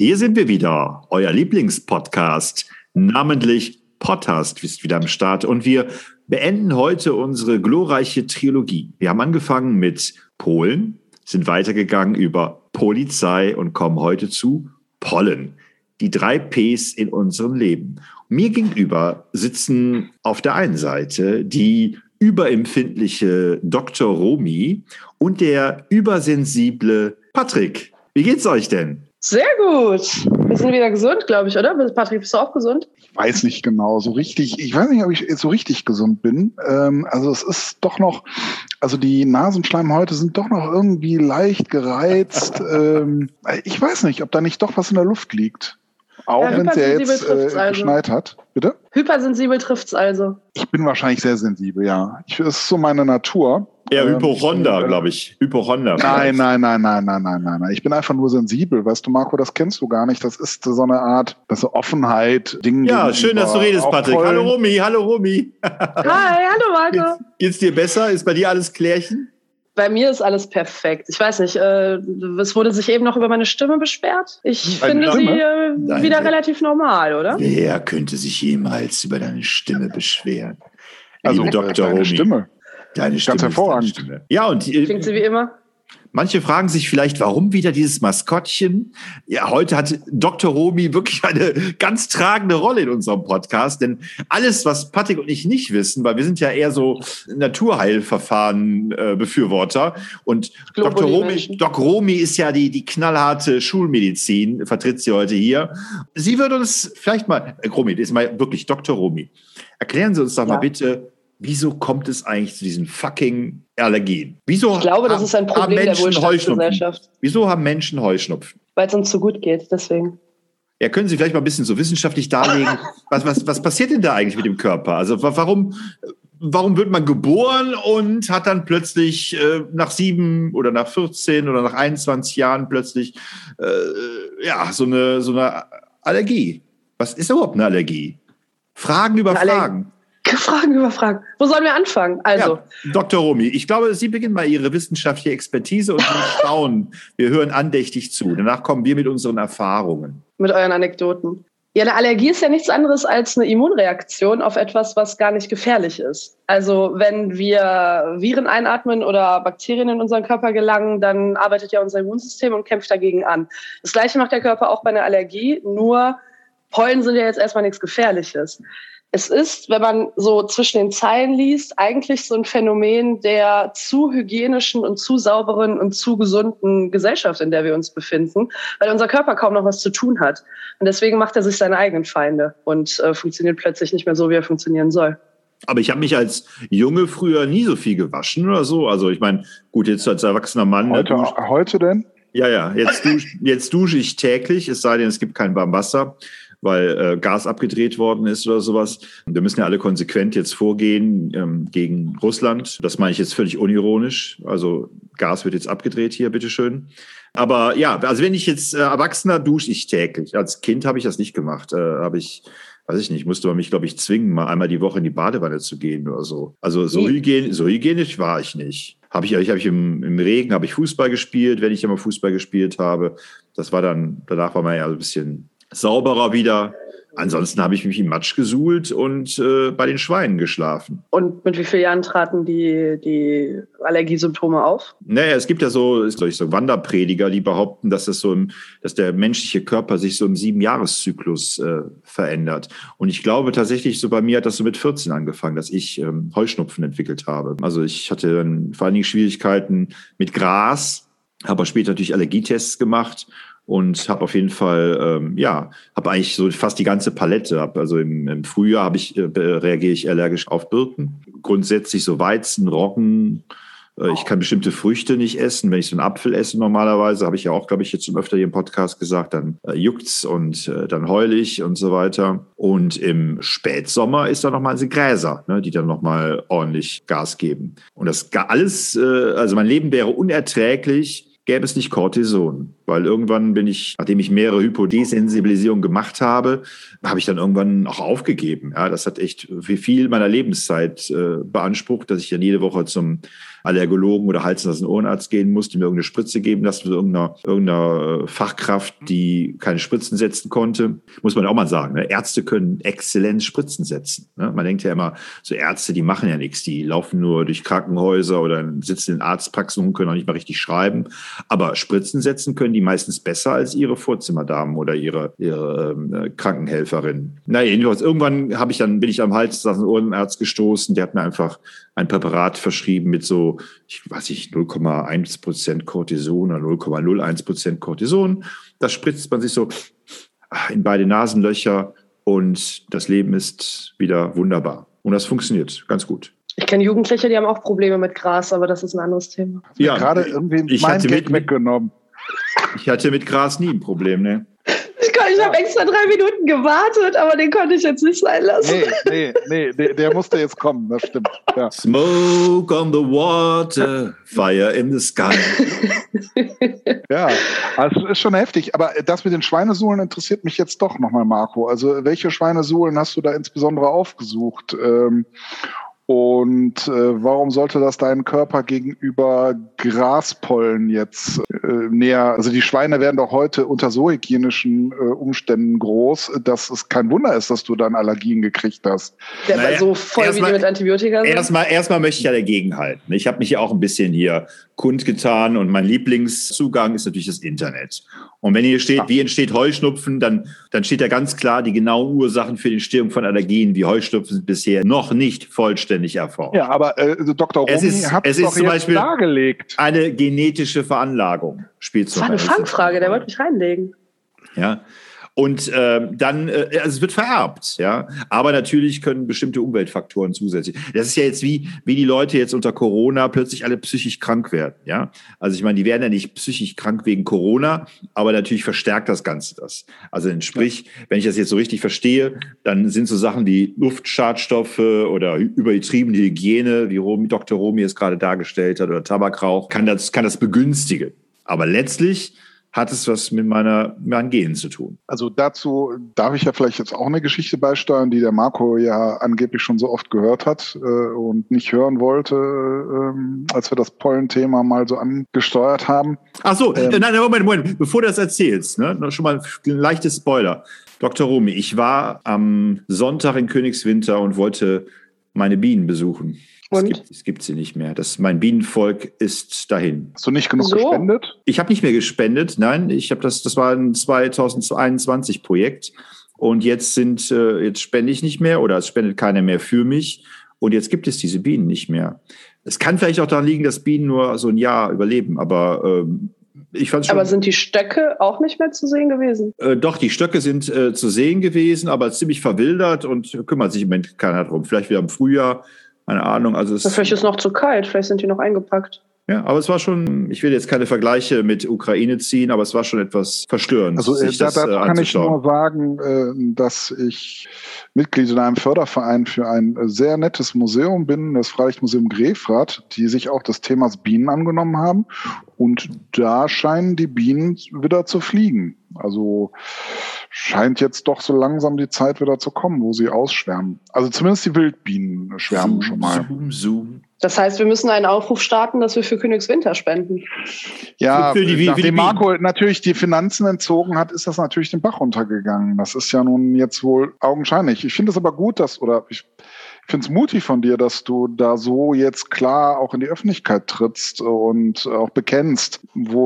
Hier sind wir wieder, euer Lieblingspodcast, namentlich Podcast, ist wieder am Start. Und wir beenden heute unsere glorreiche Trilogie. Wir haben angefangen mit Polen, sind weitergegangen über Polizei und kommen heute zu Pollen. Die 3 Ps in unserem Leben. Mir gegenüber sitzen auf der einen Seite die überempfindliche Dr. Romy und der übersensible Patrick. Wie geht's euch denn? Sehr gut. Wir sind wieder gesund, glaube ich, oder? Patrick, bist du auch gesund? Ich weiß nicht genau, so richtig. Ich weiß nicht, ob ich so richtig gesund bin. Also es ist doch noch, also die Nasenschleimhäute sind doch noch irgendwie leicht gereizt. Ich weiß nicht, ob da nicht doch was in der Luft liegt. Auch wenn es ja jetzt geschneit hat. Bitte? Hypersensibel trifft's also. Ich bin wahrscheinlich sehr sensibel, ja. Das ist so meine Natur. Ja, Hypochonder, glaube ich. Hypochonder. Nein. Ich bin einfach nur sensibel. Weißt du, Marco, das kennst du gar nicht. Das ist so eine Art, das so Offenheit. Dingen ja, schön, dass du redest, Patrick. Hallo Romy. Hi, hallo Marco. Geht's dir besser? Ist bei dir alles klärchen? Bei mir ist alles perfekt. Ich weiß nicht, es wurde sich eben noch über meine Stimme beschwert. Ich finde sie wieder relativ normal, oder? Wer könnte sich jemals über deine Stimme beschweren? Also Liebe Dr. deine Romy. Stimme. Deine Stimme ganz hervorragend. Stimme. Ja, und klingt sie wie immer. Manche fragen sich vielleicht, warum wieder dieses Maskottchen? Ja, heute hat Dr. Romy wirklich eine ganz tragende Rolle in unserem Podcast, denn alles, was Patrick und ich nicht wissen, weil wir sind ja eher so Naturheilverfahren-Befürworter und Dr. Romy ist ja die knallharte Schulmedizin, vertritt sie heute hier. Sie würde uns vielleicht mal, Romy, das ist mal wirklich Dr. Romy, erklären Sie uns doch mal bitte, wieso kommt es eigentlich zu diesen fucking Allergien? Ich glaube, das ist ein Problem der Wohlstandsgesellschaft. Wieso haben Menschen Heuschnupfen? Weil es uns so gut geht, deswegen. Ja, können Sie vielleicht mal ein bisschen so wissenschaftlich darlegen, was passiert denn da eigentlich mit dem Körper? Also warum wird man geboren und hat dann plötzlich nach 7 oder nach 14 oder nach 21 Jahren plötzlich so eine Allergie? Was ist überhaupt eine Allergie? Fragen über Fragen. Fragen über Fragen. Wo sollen wir anfangen? Also, ja, Dr. Romy, ich glaube, Sie beginnen mal Ihre wissenschaftliche Expertise und wir schauen. Wir hören andächtig zu. Danach kommen wir mit unseren Erfahrungen. Mit euren Anekdoten. Ja, eine Allergie ist ja nichts anderes als eine Immunreaktion auf etwas, was gar nicht gefährlich ist. Also wenn wir Viren einatmen oder Bakterien in unseren Körper gelangen, dann arbeitet ja unser Immunsystem und kämpft dagegen an. Das Gleiche macht der Körper auch bei einer Allergie, nur Pollen sind ja jetzt erstmal nichts Gefährliches. Es ist, wenn man so zwischen den Zeilen liest, eigentlich so ein Phänomen der zu hygienischen und zu sauberen und zu gesunden Gesellschaft, in der wir uns befinden, weil unser Körper kaum noch was zu tun hat. Und deswegen macht er sich seine eigenen Feinde und funktioniert plötzlich nicht mehr so, wie er funktionieren soll. Aber ich habe mich als Junge früher nie so viel gewaschen oder so. Also ich meine, gut, jetzt als erwachsener Mann. Heute denn? Ja, jetzt dusche ich täglich, es sei denn, es gibt kein warmes Wasser, weil Gas abgedreht worden ist oder sowas. Wir müssen ja alle konsequent jetzt vorgehen gegen Russland. Das meine ich jetzt völlig unironisch. Also Gas wird jetzt abgedreht hier, bitteschön. Aber ja, also wenn ich jetzt Erwachsener, dusche ich täglich. Als Kind habe ich das nicht gemacht. Musste man mich, glaube ich, zwingen, mal einmal die Woche in die Badewanne zu gehen oder so. Also so hygienisch war ich nicht. Hab ich im Regen habe ich Fußball gespielt, wenn ich immer Fußball gespielt habe. Das war dann, danach war man ja ein bisschen sauberer wieder. Ansonsten habe ich mich im Matsch gesuhlt und bei den Schweinen geschlafen. Und mit wie vielen Jahren traten die Allergiesymptome auf? Naja, es gibt ja so Wanderprediger, die behaupten, dass dass der menschliche Körper sich so im 7-Jahres-Zyklus verändert. Und ich glaube tatsächlich, so bei mir hat das so mit 14 angefangen, dass ich Heuschnupfen entwickelt habe. Also ich hatte dann vor allen Dingen Schwierigkeiten mit Gras, habe aber später natürlich Allergietests gemacht. Und habe auf jeden Fall, habe eigentlich so fast die ganze Palette. Also im Frühjahr reagiere ich allergisch auf Birken. Grundsätzlich so Weizen, Roggen. Ich kann bestimmte Früchte nicht essen. Wenn ich so einen Apfel esse normalerweise, habe ich ja auch, glaube ich, jetzt schon öfter hier im Podcast gesagt, dann juckt's und dann heule ich und so weiter. Und im Spätsommer ist da nochmal diese Gräser, ne, die dann nochmal ordentlich Gas geben. Und das alles, also mein Leben wäre unerträglich, gäbe es nicht Cortison. Weil irgendwann nachdem ich mehrere Hypodesensibilisierungen gemacht habe, habe ich dann irgendwann auch aufgegeben. Ja, das hat echt viel meiner Lebenszeit beansprucht, dass ich dann jede Woche zum Allergologen oder Hals- und Ohrenarzt gehen musste, mir irgendeine Spritze geben lassen von irgendeiner Fachkraft, die keine Spritzen setzen konnte. Muss man auch mal sagen, ne? Ärzte können exzellent Spritzen setzen. Ne? Man denkt ja immer, so Ärzte, die machen ja nichts, die laufen nur durch Krankenhäuser oder sitzen in Arztpraxen und können auch nicht mal richtig schreiben. Aber Spritzen setzen können die meistens besser als ihre Vorzimmerdamen oder ihre Krankenhelferin. Naja, jedenfalls irgendwann bin ich am Hals- und Ohrenarzt gestoßen, der hat mir einfach ein Präparat verschrieben mit so, 0,1% Cortison oder 0,01% Cortison. Das spritzt man sich so in beide Nasenlöcher und das Leben ist wieder wunderbar. Und das funktioniert ganz gut. Ich kenne Jugendliche, die haben auch Probleme mit Gras, aber das ist ein anderes Thema. Ja, gerade irgendwie mein Gag weggenommen. Ich hatte mit Gras nie ein Problem, ne? Ich habe extra 3 Minuten gewartet, aber den konnte ich jetzt nicht sein lassen. Nee, der musste jetzt kommen, das stimmt. Ja. Smoke on the water, fire in the sky. Ja, also es ist schon heftig. Aber das mit den Schweinesuhlen interessiert mich jetzt doch nochmal, Marco. Also welche Schweinesuhlen hast du da insbesondere aufgesucht? Und warum sollte das deinen Körper gegenüber Graspollen jetzt näher? Also die Schweine werden doch heute unter so hygienischen Umständen groß, dass es kein Wunder ist, dass du dann Allergien gekriegt hast. Der war so voll wie die mit Antibiotika sind. Erstmal möchte ich ja dagegen halten. Ich habe mich ja auch ein bisschen hier kundgetan und mein Lieblingszugang ist natürlich das Internet. Und wenn hier steht, wie entsteht Heuschnupfen, dann steht da ganz klar, die genauen Ursachen für die Entstehung von Allergien wie Heuschnupfen sind bisher noch nicht vollständig erforscht. Ja, aber Dr. Romy hat es doch zum jetzt Beispiel dargelegt. Eine genetische Veranlagung spielt zum Beispiel. Das war eine Fangfrage, der wollte mich reinlegen. Ja. Und dann, es wird vererbt, ja. Aber natürlich können bestimmte Umweltfaktoren zusätzlich. Das ist ja jetzt wie die Leute jetzt unter Corona plötzlich alle psychisch krank werden, ja. Also ich meine, die werden ja nicht psychisch krank wegen Corona, aber natürlich verstärkt das Ganze das. Also sprich, wenn ich das jetzt so richtig verstehe, dann sind so Sachen wie Luftschadstoffe oder übertriebene Hygiene, wie Dr. Romy es gerade dargestellt hat, oder Tabakrauch, kann das begünstigen. Aber letztlich hat es was mit meinen Genen zu tun. Also dazu darf ich ja vielleicht jetzt auch eine Geschichte beisteuern, die der Marco ja angeblich schon so oft gehört hat und nicht hören wollte, als wir das Pollenthema mal so angesteuert haben. Ach so, nein, Moment, bevor du das erzählst, ne, schon mal ein leichtes Spoiler. Dr. Romy, ich war am Sonntag in Königswinter und wollte meine Bienen besuchen. Es gibt sie nicht mehr. Mein Bienenvolk ist dahin. Hast du nicht genug gespendet? Ich habe nicht mehr gespendet, nein. Das war ein 2021 Projekt. Und jetzt spende ich nicht mehr oder es spendet keiner mehr für mich. Und jetzt gibt es diese Bienen nicht mehr. Es kann vielleicht auch daran liegen, dass Bienen nur so ein Jahr überleben, aber ich fand's schon. Aber sind die Stöcke auch nicht mehr zu sehen gewesen? Doch, die Stöcke sind zu sehen gewesen, aber ziemlich verwildert und kümmert sich im Moment keiner drum. Vielleicht wieder im Frühjahr. Keine Ahnung. Also vielleicht ist es noch zu kalt, vielleicht sind die noch eingepackt. Ja, aber es war schon, ich will jetzt keine Vergleiche mit Ukraine ziehen, aber es war schon etwas verstörend. Also dazu kann ich nur sagen, dass ich Mitglied in einem Förderverein für ein sehr nettes Museum bin, das Freilichtmuseum Grefrath, die sich auch des Themas Bienen angenommen haben. Und da scheinen die Bienen wieder zu fliegen. Also scheint jetzt doch so langsam die Zeit wieder zu kommen, wo sie ausschwärmen. Also zumindest die Wildbienen schwärmen schon mal. Zoom. Das heißt, wir müssen einen Aufruf starten, dass wir für Königswinter spenden. Ja, nachdem Marco natürlich die Finanzen entzogen hat, ist das natürlich den Bach runtergegangen. Das ist ja nun jetzt wohl augenscheinlich. Ich finde es aber gut, ich finde es mutig von dir, dass du da so jetzt klar auch in die Öffentlichkeit trittst und auch bekennst,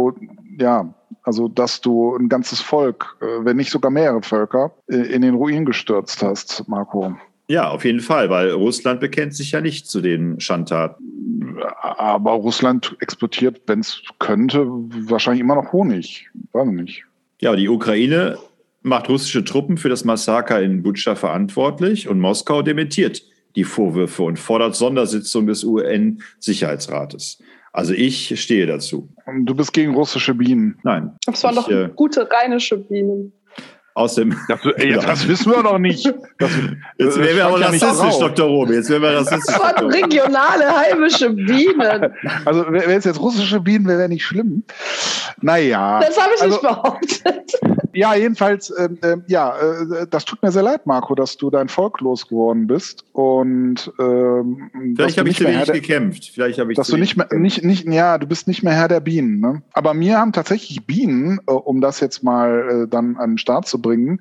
also dass du ein ganzes Volk, wenn nicht sogar mehrere Völker, in den Ruin gestürzt hast, Marco. Ja, auf jeden Fall, weil Russland bekennt sich ja nicht zu den Schandtaten. Aber Russland exportiert, wenn es könnte, wahrscheinlich immer noch Honig. Weiß nicht. Ja, die Ukraine macht russische Truppen für das Massaker in Butscha verantwortlich und Moskau dementiert die Vorwürfe und fordert Sondersitzung des UN-Sicherheitsrates. Also ich stehe dazu. Und du bist gegen russische Bienen? Nein. Das waren doch gute rheinische Bienen. aus dem... Das wissen wir noch nicht. Jetzt wären wir aber rassistisch, Dr. Robe. Jetzt wären wir rassistisch. Von regionale heimische Bienen. Also wenn es jetzt russische Bienen wäre, nicht schlimm. Naja. Das habe ich nicht behauptet. Ja, jedenfalls, das tut mir sehr leid, Marco, dass du dein Volk losgeworden bist. Und vielleicht habe ich zu wenig gekämpft. Vielleicht habe ich dass du du bist nicht mehr Herr der Bienen. Ne? Aber mir haben tatsächlich Bienen, um das jetzt mal dann an den Start zu bringen.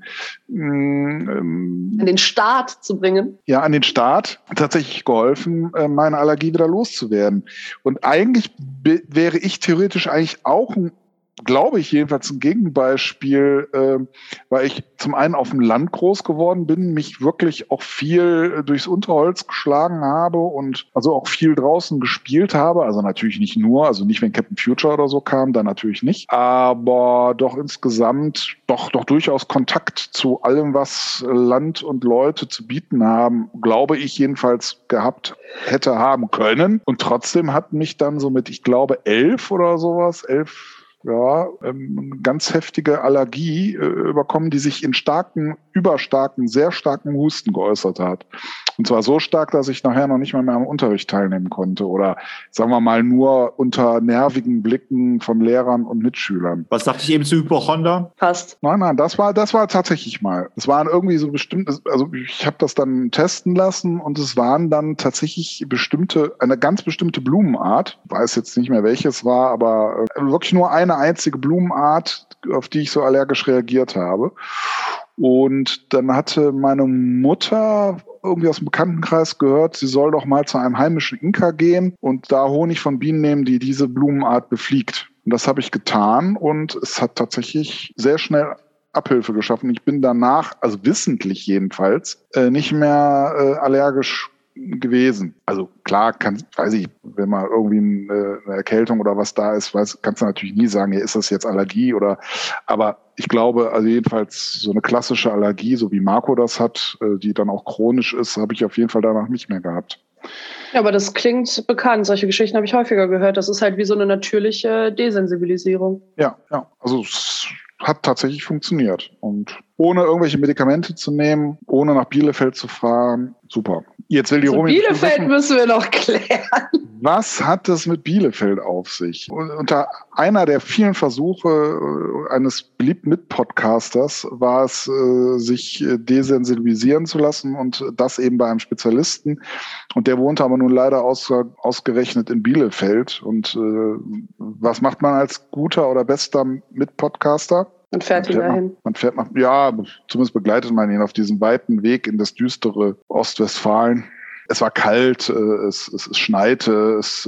An den Start zu bringen? Ja, an den Start tatsächlich geholfen, meine Allergie wieder loszuwerden. Und eigentlich wäre ich theoretisch eigentlich auch glaube ich jedenfalls ein Gegenbeispiel, weil ich zum einen auf dem Land groß geworden bin, mich wirklich auch viel durchs Unterholz geschlagen habe und also auch viel draußen gespielt habe. Also natürlich nicht nur, also nicht, wenn Captain Future oder so kam, dann natürlich nicht. Aber doch insgesamt doch durchaus Kontakt zu allem, was Land und Leute zu bieten haben, glaube ich jedenfalls gehabt hätte haben können. Und trotzdem hat mich dann so mit, ich glaube, 11 oder sowas, ganz heftige Allergie bekommen, die sich in sehr starken Husten geäußert hat. Und zwar so stark, dass ich nachher noch nicht mal mehr am Unterricht teilnehmen konnte oder sagen wir mal nur unter nervigen Blicken von Lehrern und Mitschülern. Was sagte ich eben zu Hypochonder? Passt. Nein, das war tatsächlich mal. Es waren irgendwie so bestimmte, also ich habe das dann testen lassen und es waren dann tatsächlich eine ganz bestimmte Blumenart. Ich weiß jetzt nicht mehr, welches war, aber wirklich nur eine einzige Blumenart, auf die ich so allergisch reagiert habe. Und dann hatte meine Mutter irgendwie aus dem Bekanntenkreis gehört, sie soll doch mal zu einem heimischen Imker gehen und da Honig von Bienen nehmen, die diese Blumenart befliegt. Und das habe ich getan und es hat tatsächlich sehr schnell Abhilfe geschaffen. Ich bin danach, also wissentlich jedenfalls, nicht mehr allergisch gewesen. Also klar, weiß ich, wenn mal irgendwie eine Erkältung oder was da ist, kannst du natürlich nie sagen, ja, ist das jetzt Allergie oder, aber ich glaube, also jedenfalls so eine klassische Allergie, so wie Marco das hat, die dann auch chronisch ist, habe ich auf jeden Fall danach nicht mehr gehabt. Ja, aber das klingt bekannt. Solche Geschichten habe ich häufiger gehört. Das ist halt wie so eine natürliche Desensibilisierung. Ja, also es hat tatsächlich funktioniert. Und ohne irgendwelche Medikamente zu nehmen, ohne nach Bielefeld zu fahren, super. Jetzt will die Romy Bielefeld müssen wir noch klären. Was hat das mit Bielefeld auf sich? Unter einer der vielen Versuche eines beliebten Mitpodcasters war es, sich desensibilisieren zu lassen und das eben bei einem Spezialisten. Und der wohnte aber nun leider ausgerechnet in Bielefeld. Und was macht man als guter oder bester Mitpodcaster? Man fährt ihn dahin. Zumindest begleitet man ihn auf diesem weiten Weg in das düstere Ostwestfalen. Es war kalt, es schneite, es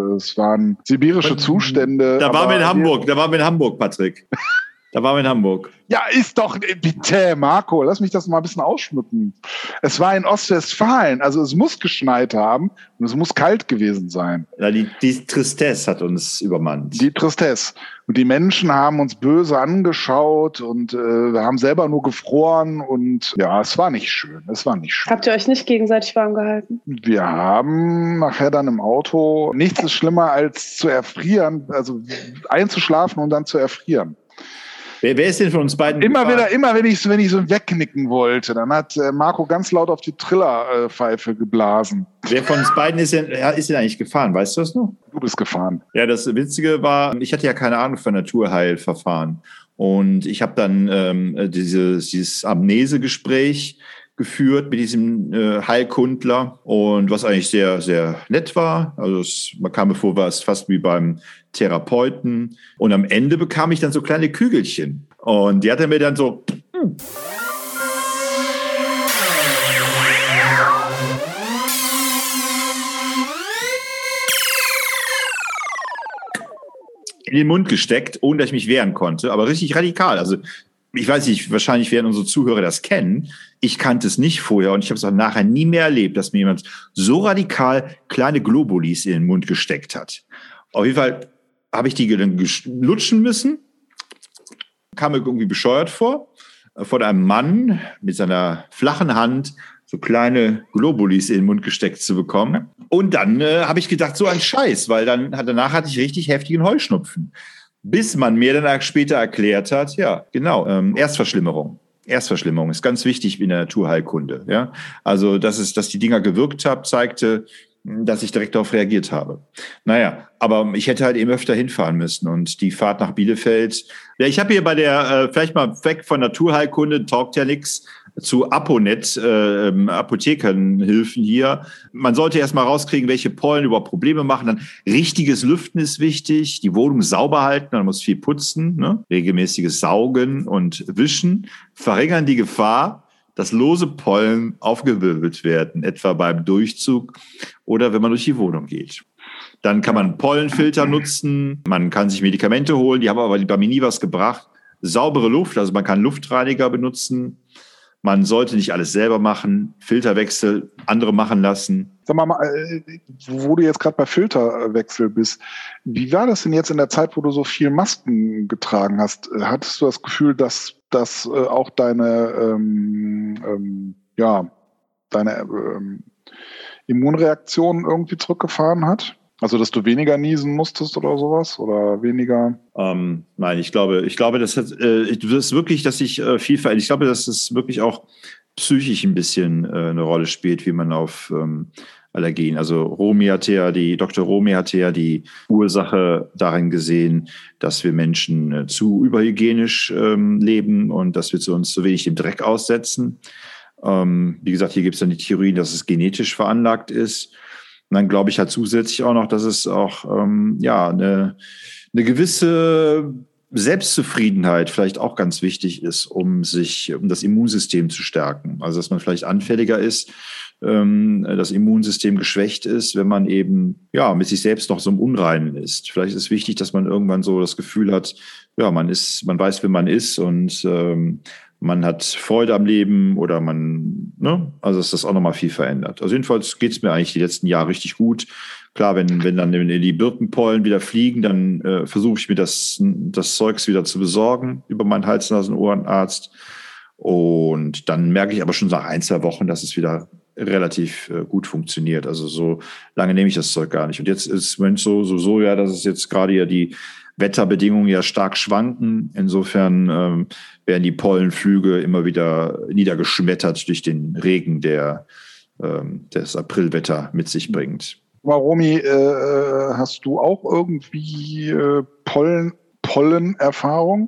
waren sibirische Zustände. Da waren wir in Hamburg, Patrick. Da waren wir in Hamburg. Ja, ist doch, bitte, Marco, lass mich das mal ein bisschen ausschmücken. Es war in Ostwestfalen, also es muss geschneit haben und es muss kalt gewesen sein. Ja, die Tristesse hat uns übermannt. Die Tristesse. Und die Menschen haben uns böse angeschaut und wir haben selber nur gefroren und ja, es war nicht schön. Habt ihr euch nicht gegenseitig warm gehalten? Wir haben nachher dann im Auto, nichts ist schlimmer als zu erfrieren, also einzuschlafen und dann zu erfrieren. Wer ist denn von uns beiden? Immer wenn ich so wegknicken wollte, dann hat Marco ganz laut auf die Trillerpfeife geblasen. Wer von uns beiden ist denn eigentlich gefahren? Weißt du das noch? Du bist gefahren. Ja, das Witzige war, ich hatte ja keine Ahnung von Naturheilverfahren. Und ich habe dann dieses Amnesegespräch geführt mit diesem Heilkundler und was eigentlich sehr, sehr nett war. Also man kam mir vor, war es fast wie beim Therapeuten. Und am Ende bekam ich dann so kleine Kügelchen. Und die hat er mir dann so... in den Mund gesteckt, ohne dass ich mich wehren konnte, aber richtig radikal. Also ich weiß nicht, wahrscheinlich werden unsere Zuhörer das kennen. Ich kannte es nicht vorher und ich habe es auch nachher nie mehr erlebt, dass mir jemand so radikal kleine Globulis in den Mund gesteckt hat. Auf jeden Fall habe ich die dann lutschen müssen, kam mir irgendwie bescheuert vor einem Mann mit seiner flachen Hand so kleine Globulis in den Mund gesteckt zu bekommen. Und dann habe ich gedacht, so ein Scheiß, weil danach hatte ich richtig heftigen Heuschnupfen. Bis man mir dann später erklärt hat, ja, genau, Erstverschlimmerung. Erstverschlimmerung ist ganz wichtig in der Naturheilkunde. Ja? Also, dass die Dinger gewirkt haben, zeigte, dass ich direkt darauf reagiert habe. Naja, aber ich hätte halt eben öfter hinfahren müssen und die Fahrt nach Bielefeld. Ja, ich habe hier bei vielleicht mal weg von Naturheilkunde, taugt ja nix, zu Aponet, Apothekenhilfen hier. Man sollte erst mal rauskriegen, welche Pollen überhaupt Probleme machen. Dann richtiges Lüften ist wichtig, die Wohnung sauber halten, man muss viel putzen, ne? Regelmäßiges Saugen und Wischen verringern die Gefahr, dass lose Pollen aufgewirbelt werden, etwa beim Durchzug oder wenn man durch die Wohnung geht. Dann kann man Pollenfilter nutzen, man kann sich Medikamente holen, die haben aber bei mir nie was gebracht. Saubere Luft, also man kann Luftreiniger benutzen. Man sollte nicht alles selber machen, Filterwechsel andere machen lassen. Sag mal, wo du jetzt gerade bei Filterwechsel bist, wie war das denn jetzt in der Zeit, wo du so viel Masken getragen hast? Hattest du das Gefühl, dass das auch deine Immunreaktion irgendwie zurückgefahren hat? Also, dass du weniger niesen musstest oder sowas? Oder weniger? Nein, ich glaube, das ist wirklich, dass sich viel verändert. Ich glaube, dass es wirklich auch psychisch ein bisschen eine Rolle spielt, wie man auf Allergien. Also Dr. Romy hatte ja die Ursache darin gesehen, dass wir Menschen zu überhygienisch leben und dass wir uns zu wenig dem Dreck aussetzen. Wie gesagt, hier gibt es dann die Theorie, dass es genetisch veranlagt ist. Und dann glaube ich halt zusätzlich auch noch, dass es auch eine gewisse Selbstzufriedenheit vielleicht auch ganz wichtig ist, um das Immunsystem zu stärken. Also dass man vielleicht anfälliger ist, das Immunsystem geschwächt ist, wenn man eben mit sich selbst noch so im Unreinen ist. Vielleicht ist es wichtig, dass man irgendwann so das Gefühl hat, man weiß, wer man ist und man hat Freude am Leben oder also dass das auch nochmal viel verändert. Also jedenfalls geht es mir eigentlich die letzten Jahre richtig gut. Klar, wenn dann die Birkenpollen wieder fliegen, dann versuche ich mir das Zeugs wieder zu besorgen über meinen Hals-Nasen-Ohrenarzt. Und dann merke ich aber schon nach 1-2 Wochen, dass es wieder relativ gut funktioniert. Also so lange nehme ich das Zeug gar nicht. Und jetzt ist es im Moment so, dass es jetzt gerade ja die Wetterbedingungen ja stark schwanken. Insofern werden die Pollenflüge immer wieder niedergeschmettert durch den Regen, der das Aprilwetter mit sich bringt. Romy, hast du auch irgendwie Pollenerfahrung?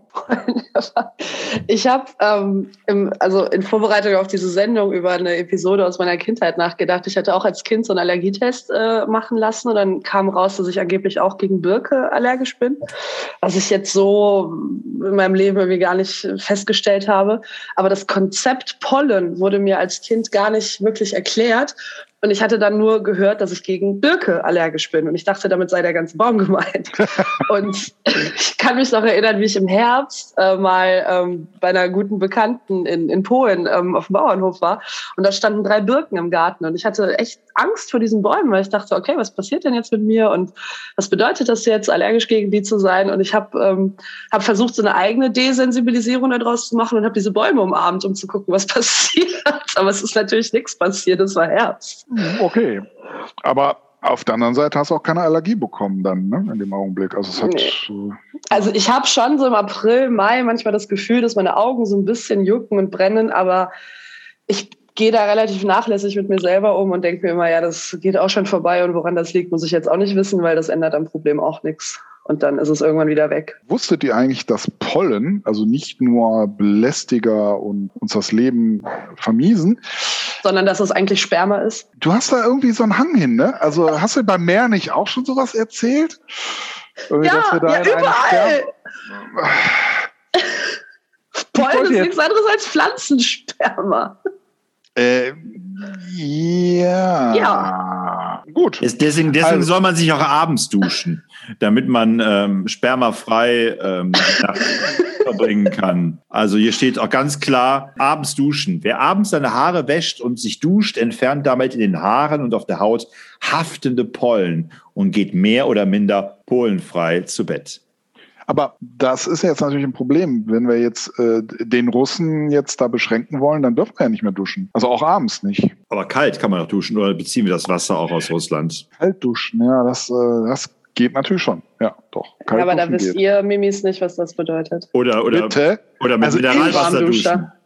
Ich habe in Vorbereitung auf diese Sendung über eine Episode aus meiner Kindheit nachgedacht. Ich hatte auch als Kind so einen Allergietest machen lassen und dann kam raus, dass ich angeblich auch gegen Birke allergisch bin, was ich jetzt so in meinem Leben irgendwie gar nicht festgestellt habe. Aber das Konzept Pollen wurde mir als Kind gar nicht wirklich erklärt. Und ich hatte dann nur gehört, dass ich gegen Birke allergisch bin. Und ich dachte, damit sei der ganze Baum gemeint. Und ich kann mich noch erinnern, wie ich im Herbst mal bei einer guten Bekannten in Polen auf dem Bauernhof war. Und da standen 3 Birken im Garten. Und ich hatte echt Angst vor diesen Bäumen, weil ich dachte, okay, was passiert denn jetzt mit mir? Und was bedeutet das jetzt, allergisch gegen die zu sein? Und ich habe versucht, so eine eigene Desensibilisierung daraus zu machen und habe diese Bäume umarmt, um zu gucken, was passiert. Aber es ist natürlich nichts passiert. Es war Herbst. Okay, aber auf der anderen Seite hast du auch keine Allergie bekommen dann, ne, in dem Augenblick. Also ich habe schon so im April, Mai manchmal das Gefühl, dass meine Augen so ein bisschen jucken und brennen, aber ich gehe da relativ nachlässig mit mir selber um und denke mir immer, ja, das geht auch schon vorbei und woran das liegt, muss ich jetzt auch nicht wissen, weil das ändert am Problem auch nichts. Und dann ist es irgendwann wieder weg. Wusstet ihr eigentlich, dass Pollen, also nicht nur Belästiger und uns das Leben vermiesen, sondern dass es eigentlich Sperma ist? Du hast da irgendwie so einen Hang hin, ne? Also hast du beim Meer nicht auch schon sowas erzählt? Ja, überall! Pollen ist nichts anderes als Pflanzensperma. Ja. Gut. Deswegen soll man sich auch abends duschen, damit man spermafrei verbringen kann. Also hier steht auch ganz klar, abends duschen. Wer abends seine Haare wäscht und sich duscht, entfernt damit in den Haaren und auf der Haut haftende Pollen und geht mehr oder minder pollenfrei zu Bett. Aber das ist ja jetzt natürlich ein Problem. Wenn wir jetzt den Russen jetzt da beschränken wollen, dann dürfen wir ja nicht mehr duschen. Also auch abends nicht. Aber kalt kann man doch duschen, oder beziehen wir das Wasser auch aus Russland? Kalt duschen, ja, das geht natürlich schon. Ja, doch. Kalt aber da wisst ihr, Mimis, nicht, was das bedeutet. Oder mit Mineralwasser duschen.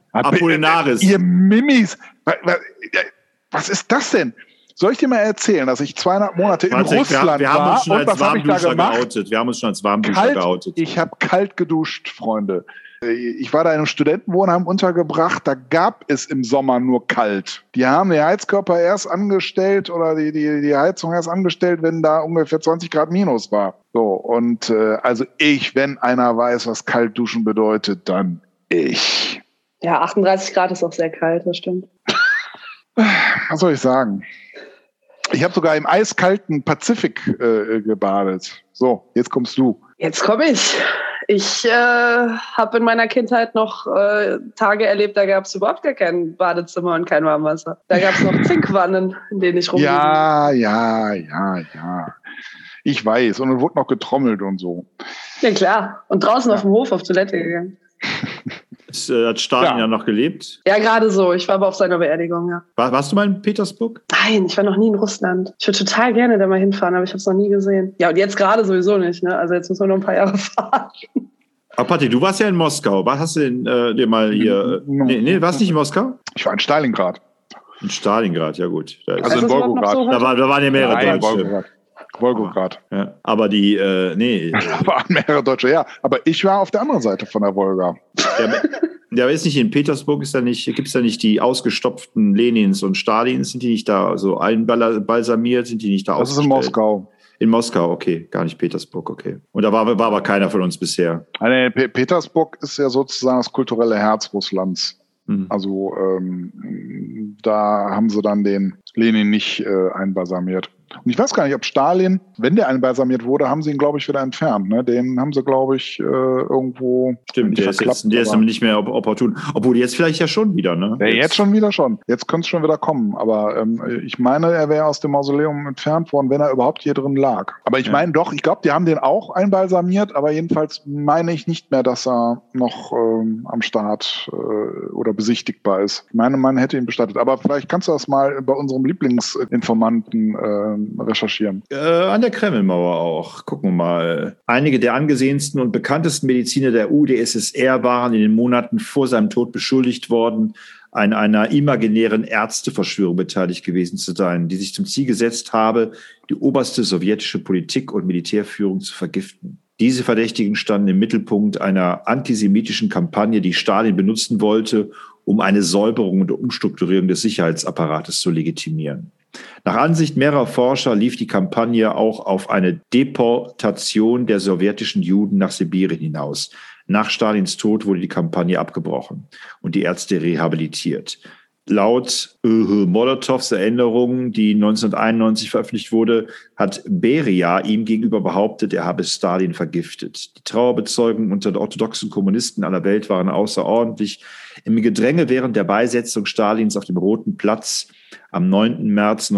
Apollinaris. Ihr Mimis. Was ist das denn? Soll ich dir mal erzählen, dass ich 200 Monate in Russland wir haben uns schon war? als Warmduscher geoutet. Wir haben uns schon als Warmduscher geoutet. Ich habe kalt geduscht, Freunde. Ich war da in einem Studentenwohnheim untergebracht, da gab es im Sommer nur kalt. Die haben den Heizkörper erst angestellt oder die Heizung erst angestellt, wenn da ungefähr 20 Grad minus war. So, und also wenn einer weiß, was kalt duschen bedeutet, dann ich. Ja, 38 Grad ist auch sehr kalt, das stimmt. Was soll ich sagen? Ich habe sogar im eiskalten Pazifik gebadet. So, jetzt kommst du. Jetzt komme ich. Ich habe in meiner Kindheit noch Tage erlebt, da gab es überhaupt gar kein Badezimmer und kein Warmwasser. Da gab es noch Zinkwannen, in denen ich rumliege. Ja. Ich weiß. Und es wurde noch getrommelt und so. Ja, klar. Und draußen auf dem Hof auf Toilette gegangen. Hat Stalin ja noch gelebt? Ja, gerade so. Ich war aber auf seiner Beerdigung, ja. Warst du mal in Petersburg? Nein, ich war noch nie in Russland. Ich würde total gerne da mal hinfahren, aber ich habe es noch nie gesehen. Ja, und jetzt gerade sowieso nicht, ne? Also jetzt müssen wir noch ein paar Jahre fahren. Aber Patti, du warst ja in Moskau. Was hast du denn dir mal hier... Nee, warst du nicht in Moskau? Ich war in Stalingrad. In Stalingrad, ja gut. Also in Wolgograd. So da waren ja mehrere Deutsche. Wolgograd. Ja, aber die, nee. Da waren mehrere Deutsche, ja. Aber ich war auf der anderen Seite von der Wolga. Ja, aber ist nicht in Petersburg, gibt es da nicht die ausgestopften Lenins und Stalins? Sind die nicht da so einbalsamiert? Sind die nicht da ausgestellt? Das ist in Moskau. In Moskau, okay. Gar nicht Petersburg, okay. Und da war aber keiner von uns bisher. Petersburg ist ja sozusagen das kulturelle Herz Russlands. Also da haben sie dann den Lenin nicht einbalsamiert. Und ich weiß gar nicht, ob Stalin, wenn der einbalsamiert wurde, haben sie ihn, glaube ich, wieder entfernt. Ne? Den haben sie, glaube ich, irgendwo. Stimmt, der ist nicht mehr opportun. Obwohl jetzt vielleicht ja schon wieder, ne? Ja, jetzt schon wieder schon. Jetzt könnte es schon wieder kommen. Aber ich meine, er wäre aus dem Mausoleum entfernt worden, wenn er überhaupt hier drin lag. Aber ich meine doch, ich glaube, die haben den auch einbalsamiert, aber jedenfalls meine ich nicht mehr, dass er noch am Start oder besichtigbar ist. Ich meine, man hätte ihn bestattet. Aber vielleicht kannst du das mal bei unserem Lieblingsinformanten recherchieren. An der Kremlmauer auch. Gucken wir mal. Einige der angesehensten und bekanntesten Mediziner der UdSSR waren in den Monaten vor seinem Tod beschuldigt worden, an einer imaginären Ärzteverschwörung beteiligt gewesen zu sein, die sich zum Ziel gesetzt habe, die oberste sowjetische Politik und Militärführung zu vergiften. Diese Verdächtigen standen im Mittelpunkt einer antisemitischen Kampagne, die Stalin benutzen wollte, um eine Säuberung und Umstrukturierung des Sicherheitsapparates zu legitimieren. Nach Ansicht mehrerer Forscher lief die Kampagne auch auf eine Deportation der sowjetischen Juden nach Sibirien hinaus. Nach Stalins Tod wurde die Kampagne abgebrochen und die Ärzte rehabilitiert. Laut Molotows Erinnerungen, die 1991 veröffentlicht wurde, hat Beria ihm gegenüber behauptet, er habe Stalin vergiftet. Die Trauerbezeugungen unter den orthodoxen Kommunisten aller Welt waren außerordentlich. Im Gedränge während der Beisetzung Stalins auf dem Roten Platz am 9. März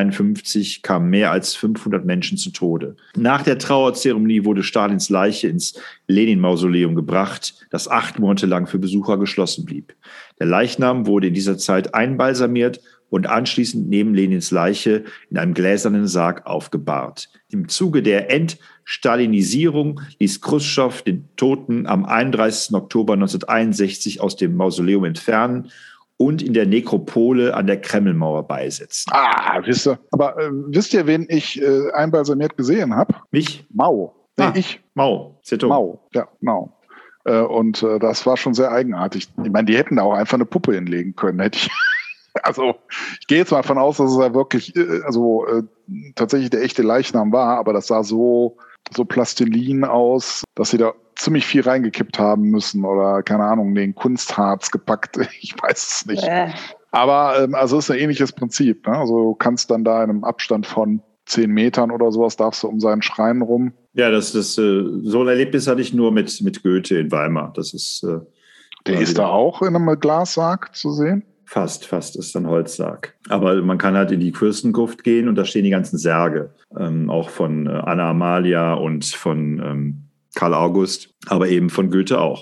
1953 kamen mehr als 500 Menschen zu Tode. Nach der Trauerzeremonie wurde Stalins Leiche ins Lenin-Mausoleum gebracht, das 8 Monate lang für Besucher geschlossen blieb. Der Leichnam wurde in dieser Zeit einbalsamiert und anschließend neben Lenins Leiche in einem gläsernen Sarg aufgebahrt. Im Zuge der Entstalinisierung ließ Chruschtschow den Toten am 31. Oktober 1961 aus dem Mausoleum entfernen und in der Nekropole an der Kremlmauer beisetzen. Wisst ihr. Aber wisst ihr, wen ich einbalsamiert gesehen habe? Mich? Mao. Ich. Mao. Mao, ja, Mao. Und das war schon sehr eigenartig. Ich meine, die hätten da auch einfach eine Puppe hinlegen können, hätte ich. Also, ich gehe jetzt mal davon aus, dass es ja wirklich, tatsächlich der echte Leichnam war, aber das sah so Plastilin aus, dass sie da ziemlich viel reingekippt haben müssen oder, keine Ahnung, den Kunstharz gepackt. Ich weiß es nicht. Aber also es ist ein ähnliches Prinzip. Ne? Also du kannst dann da in einem Abstand von 10 Metern oder sowas, darfst du um seinen Schrein rum. Ja, so ein Erlebnis hatte ich nur mit Goethe in Weimar. Das ist. Der ist da auch in einem Glassarg zu sehen? Fast ist ein Holzsarg. Aber man kann halt in die Fürstengruft gehen und da stehen die ganzen Särge. Auch von Anna Amalia und von Karl August, aber eben von Goethe auch.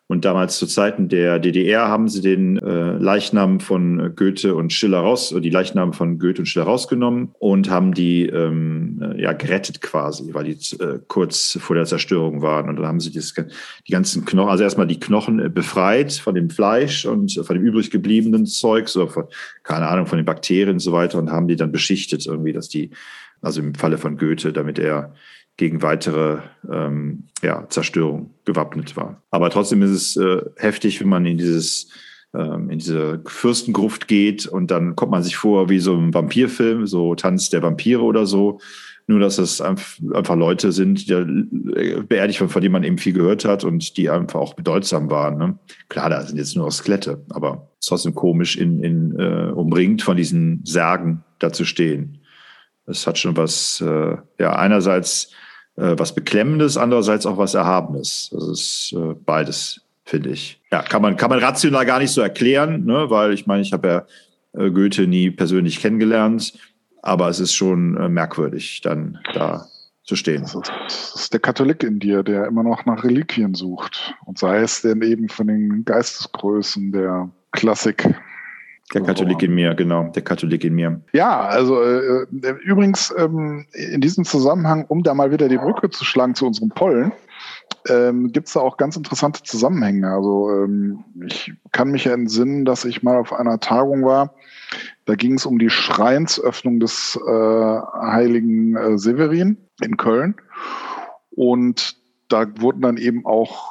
Und damals zu Zeiten der DDR haben sie den Leichnam von Goethe und Schiller rausgenommen und haben die gerettet quasi, weil die kurz vor der Zerstörung waren. Und dann haben sie die ganzen Knochen, also erstmal die Knochen befreit von dem Fleisch und von dem übrig gebliebenen Zeug, so von, keine Ahnung, von den Bakterien und so weiter, und haben die dann beschichtet irgendwie, also im Falle von Goethe, damit er gegen weitere Zerstörung gewappnet war. Aber trotzdem ist es heftig, wenn man in diese Fürstengruft geht und dann kommt man sich vor wie so ein Vampirfilm, so Tanz der Vampire oder so. Nur, dass es einfach Leute sind, die beerdigt von denen man eben viel gehört hat und die einfach auch bedeutsam waren. Ne? Klar, da sind jetzt nur noch Skelette, aber es ist trotzdem komisch, umringt von diesen Särgen da zu stehen. Es hat schon was, einerseits was Beklemmendes, andererseits auch was Erhabenes. Das ist beides, finde ich. Ja, kann man rational gar nicht so erklären, ne? Weil ich meine, ich habe ja Goethe nie persönlich kennengelernt, aber es ist schon merkwürdig, dann da zu stehen. Das ist der Katholik in dir, der immer noch nach Reliquien sucht. Und sei es denn eben von den Geistesgrößen der Klassik. Der Katholik in mir, genau, der Katholik in mir. Ja, also übrigens in diesem Zusammenhang, um da mal wieder die Brücke zu schlagen zu unserem Pollen, gibt es da auch ganz interessante Zusammenhänge. Also ich kann mich entsinnen, dass ich mal auf einer Tagung war, da ging es um die Schreinsöffnung des heiligen Severin in Köln, und da wurden dann eben auch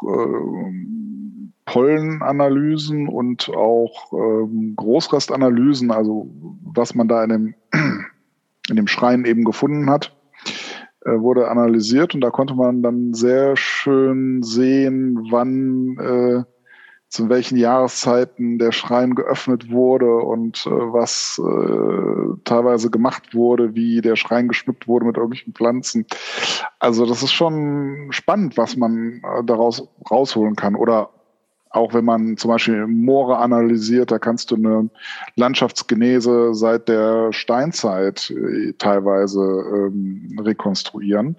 Pollenanalysen und auch Großrestanalysen, also was man da in dem Schrein eben gefunden hat, wurde analysiert, und da konnte man dann sehr schön sehen, wann zu welchen Jahreszeiten der Schrein geöffnet wurde und was teilweise gemacht wurde, wie der Schrein geschmückt wurde mit irgendwelchen Pflanzen. Also das ist schon spannend, was man daraus rausholen kann. Oder auch wenn man zum Beispiel Moore analysiert, da kannst du eine Landschaftsgenese seit der Steinzeit teilweise rekonstruieren.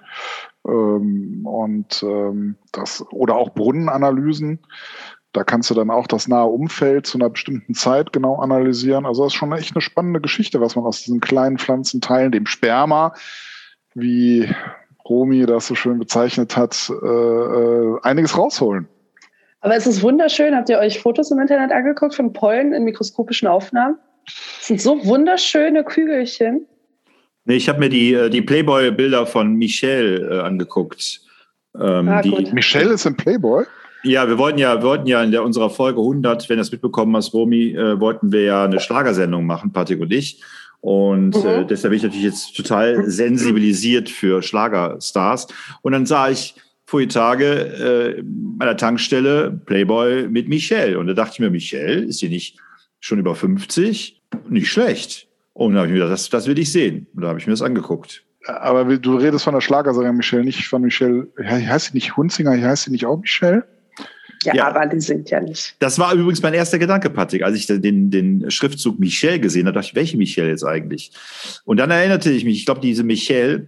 Oder auch Brunnenanalysen. Da kannst du dann auch das nahe Umfeld zu einer bestimmten Zeit genau analysieren. Also das ist schon echt eine spannende Geschichte, was man aus diesen kleinen Pflanzenteilen, dem Sperma, wie Romy das so schön bezeichnet hat, einiges rausholen. Aber es ist wunderschön. Habt ihr euch Fotos im Internet angeguckt von Pollen in mikroskopischen Aufnahmen? Das sind so wunderschöne Kügelchen. Nee, ich habe mir die Playboy-Bilder von Michelle angeguckt. Michelle ist im Playboy? Ja, wir wollten ja in unserer Folge 100, wenn du das mitbekommen hast, Romy, wollten wir ja eine Schlagersendung machen, Patrick und ich. Und deshalb bin ich natürlich jetzt total sensibilisiert für Schlagerstars. Und dann sah ich vorige Tage an der Tankstelle Playboy mit Michelle. Und da dachte ich mir, Michelle, ist sie nicht schon über 50? Nicht schlecht. Und da habe ich mir gedacht, das will ich sehen. Und da habe ich mir das angeguckt. Aber du redest von der Schlagersängerin Michelle, nicht von Michelle. Heißt sie nicht Hunzinger? Heißt sie nicht auch Michelle? Ja, aber die singt ja nicht. Das war übrigens mein erster Gedanke, Patrick, als ich den Schriftzug Michelle gesehen habe, dachte ich, welche Michelle jetzt eigentlich? Und dann erinnerte ich mich, ich glaube, diese Michelle,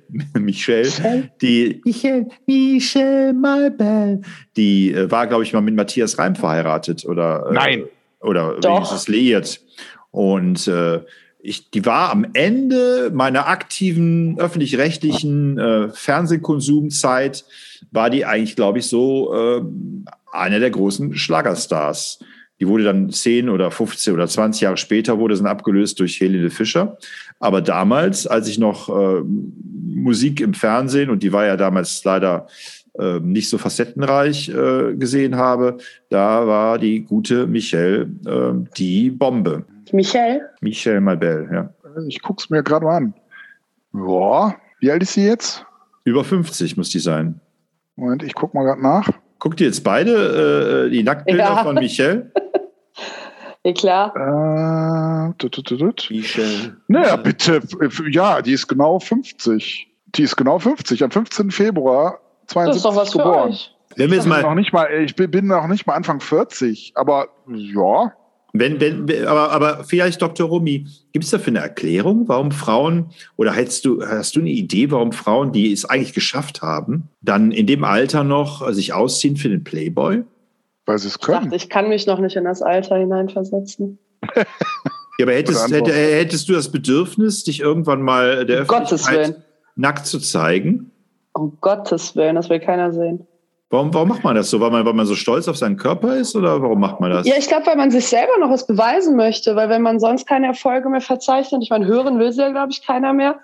die Michelle Malbel, die war, glaube ich, mal mit Matthias Reim verheiratet oder Nein. Oder wenigstens liiert. Und die war am Ende meiner aktiven öffentlich-rechtlichen Fernsehkonsumzeit, war die eigentlich, glaube ich, so einer der großen Schlagerstars. Die wurde dann 10 oder 15 oder 20 Jahre später wurde sie abgelöst durch Helene Fischer. Aber damals, als ich noch Musik im Fernsehen, und die war ja damals leider nicht so facettenreich gesehen habe, da war die gute Michelle die Bombe. Michelle Malbel, ja. Ich guck's mir gerade mal an. Boah, wie alt ist sie jetzt? Über 50 muss die sein. Moment, ich guck mal gerade nach. Guckt ihr jetzt beide die Nacktbilder von Michelle? Ja, klar. Michelle. Naja, bitte. Ja, die ist genau 50. Am 15. Februar 72 das ist doch was geboren. für euch. Wenn wir jetzt mal, ich bin noch nicht mal Anfang 40, aber ja. Aber vielleicht, Dr. Romy, gibt es dafür eine Erklärung, warum Frauen, oder hast du eine Idee, warum Frauen, die es eigentlich geschafft haben, dann in dem Alter noch sich ausziehen für den Playboy? Weil sie es können. Ich dachte, ich kann mich noch nicht in das Alter hineinversetzen. Ja, aber hättest du das Bedürfnis, dich irgendwann mal der Öffentlichkeit nackt zu zeigen? Um Gottes Willen, das will keiner sehen. Warum macht man das so? Weil man so stolz auf seinen Körper ist oder warum macht man das? Ja, ich glaube, weil man sich selber noch was beweisen möchte, weil wenn man sonst keine Erfolge mehr verzeichnet, ich meine, hören will sie ja, glaube ich, keiner mehr,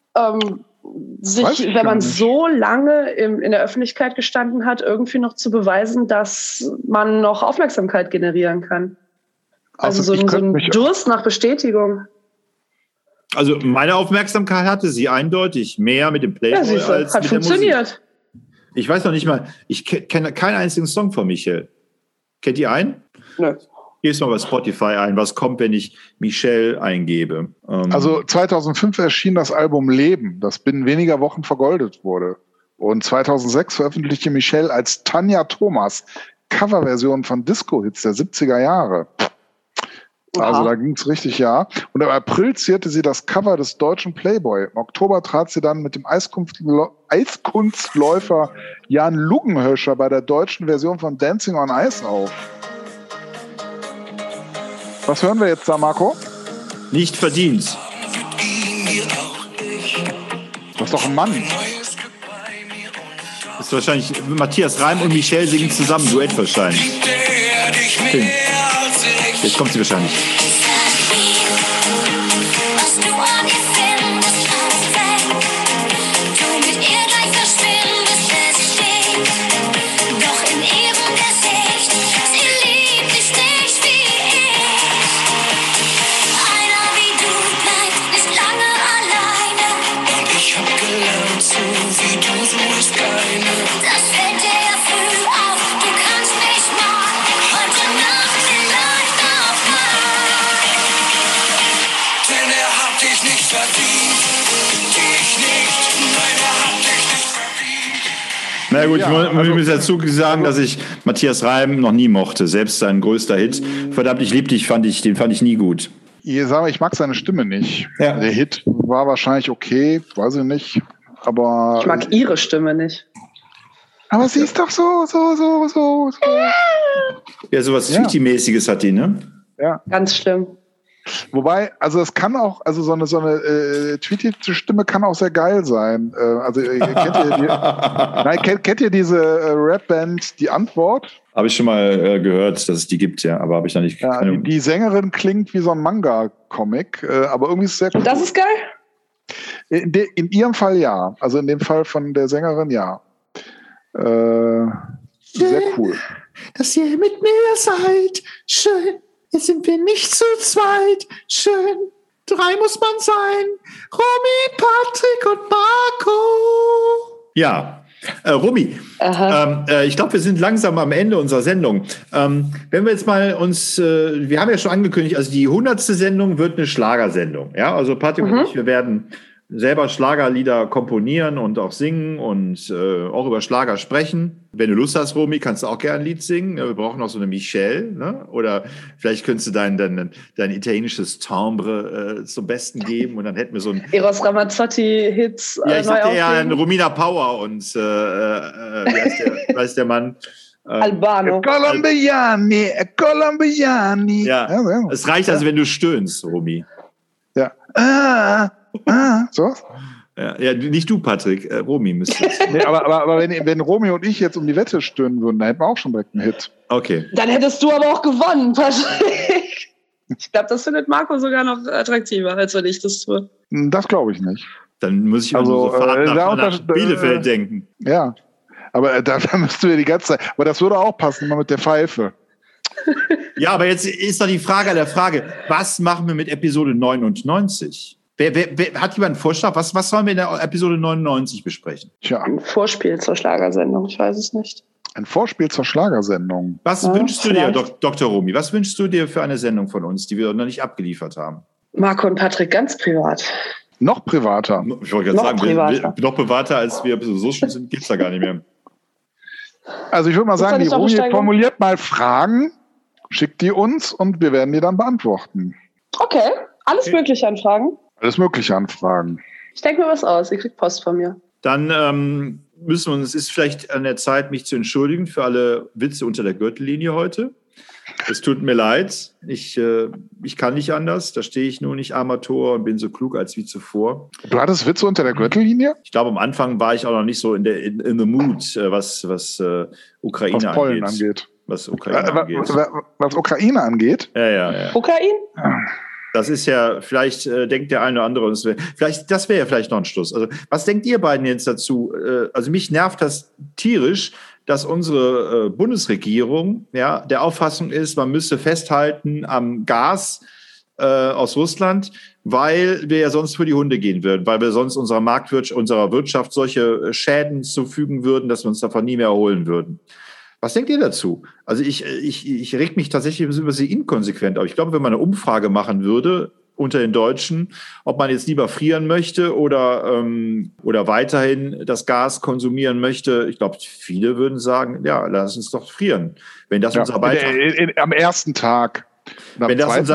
wenn man so lange in der Öffentlichkeit gestanden hat, irgendwie noch zu beweisen, dass man noch Aufmerksamkeit generieren kann. Also so ein Durst nach Bestätigung. Also meine Aufmerksamkeit hatte sie eindeutig mehr mit dem Playboy als mit der Musik. Hat funktioniert. Ich weiß noch nicht mal, ich kenne keinen einzigen Song von Michelle. Kennt ihr einen? Nö. Gehst mal bei Spotify ein, was kommt, wenn ich Michelle eingebe. Also 2005 erschien das Album Leben, das binnen weniger Wochen vergoldet wurde. Und 2006 veröffentlichte Michelle als Tanja Thomas Coverversion von Disco-Hits der 70er Jahre. Also da ging es richtig, ja. Und im April zierte sie das Cover des deutschen Playboy. Im Oktober trat sie dann mit dem Eiskunstläufer Jan Luggenhöscher bei der deutschen Version von Dancing on Ice auf. Was hören wir jetzt da, Marco? Nicht verdient. Das ist doch ein Mann. Das ist wahrscheinlich Matthias Reim und Michelle singen zusammen, Duett wahrscheinlich. Film. Jetzt kommt sie wahrscheinlich. Na gut, ich muss dazu sagen, dass ich Matthias Reim noch nie mochte. Selbst sein größter Hit, Verdammt, ich lieb dich, den fand ich nie gut. Ich mag seine Stimme nicht. Ja. Der Hit war wahrscheinlich okay, weiß ich nicht. Aber ich mag ihre Stimme nicht. Aber sie ist doch so. Ja, sowas Tweety-mäßiges hat die, ne? Ja. Ganz schlimm. Wobei, also es kann auch, also so eine Tweety-Stimme kann auch sehr geil sein. Kennt ihr diese Rap-Band Die Antwort? Habe ich schon mal gehört, dass es die gibt, ja, aber habe ich noch nicht. Ja, die Sängerin klingt wie so ein Manga-Comic, aber irgendwie ist es sehr cool. Und das ist geil? In ihrem Fall ja, also in dem Fall von der Sängerin ja. Sehr cool. Dass ihr mit mir seid, schön. Jetzt sind wir nicht zu zweit. Schön. 3 muss man sein. Romy, Patrick und Marco. Ja, Romy, ich glaube, wir sind langsam am Ende unserer Sendung. Wenn wir jetzt mal wir haben ja schon angekündigt, also die 100. Sendung wird eine Schlagersendung. Ja, also Patrick und ich, wir werden selber Schlagerlieder komponieren und auch singen und auch über Schlager sprechen. Wenn du Lust hast, Romy, kannst du auch gerne ein Lied singen. Wir brauchen noch so eine Michelle, ne? Oder vielleicht könntest du dein italienisches Timbre zum Besten geben und dann hätten wir so ein Eros Ramazzotti-Hits. Ja, ich dachte eher an Romina Power und wie heißt der Mann? Albano. Colombiani. Ja, es reicht also, wenn du stöhnst, Romy. Ja. So? Ja, nicht du, Patrick. Romy müsste es. Nee, aber wenn Romy und ich jetzt um die Wette stöhnen würden, dann hätten wir auch schon direkt einen Hit. Okay. Dann hättest du aber auch gewonnen, Patrick. Ich glaube, das findet Marco sogar noch attraktiver, als wenn ich das tue. Das glaube ich nicht. Dann muss ich sofort nach Bielefeld denken. Ja, aber da müssten wir die ganze Zeit. Aber das würde auch passen, immer mit der Pfeife. Ja, aber jetzt ist doch die Frage an der Frage, was machen wir mit Episode 99? Wer hat jemand einen Vorschlag? Was sollen wir in der Episode 99 besprechen? Tja. Ein Vorspiel zur Schlagersendung, ich weiß es nicht. Ein Vorspiel zur Schlagersendung. Was wünschst du dir, Dr. Romy, was wünschst du dir für eine Sendung von uns, die wir noch nicht abgeliefert haben? Marco und Patrick, ganz privat. Noch privater? Ich wollte gerade sagen, noch privater, als wir so schon sind, gibt es da gar nicht mehr. Also ich würde mal sagen, die Romy formuliert mal Fragen, schickt die uns und wir werden die dann beantworten. Okay, alles Mögliche an Fragen. Alles Mögliche an Fragen. Ich denke mir was aus, ihr kriegt Post von mir. Dann müssen wir uns, es ist vielleicht an der Zeit, mich zu entschuldigen für alle Witze unter der Gürtellinie heute. Es tut mir leid, ich kann nicht anders, da stehe ich nur nicht Armator und bin so klug als wie zuvor. Du hattest Witze unter der Gürtellinie? Ich glaube, am Anfang war ich auch noch nicht so in the mood, was Ukraine angeht. Was Ukraine angeht? Ja. Ukraine? Das ist ja, vielleicht denkt der eine oder andere, das wäre ja vielleicht noch ein Schluss. Also, was denkt ihr beiden jetzt dazu? Also, mich nervt das tierisch, dass unsere Bundesregierung der Auffassung ist, man müsse festhalten am Gas aus Russland, weil wir ja sonst für die Hunde gehen würden, weil wir sonst unserer Wirtschaft solche Schäden zufügen würden, dass wir uns davon nie mehr erholen würden. Was denkt ihr dazu? Also ich reg mich tatsächlich über sie inkonsequent auf. Ich glaube, wenn man eine Umfrage machen würde unter den Deutschen, ob man jetzt lieber frieren möchte oder weiterhin das Gas konsumieren möchte, ich glaube, viele würden sagen, ja, lass uns doch frieren. Wenn das unser Beitrag am ersten Tag. Am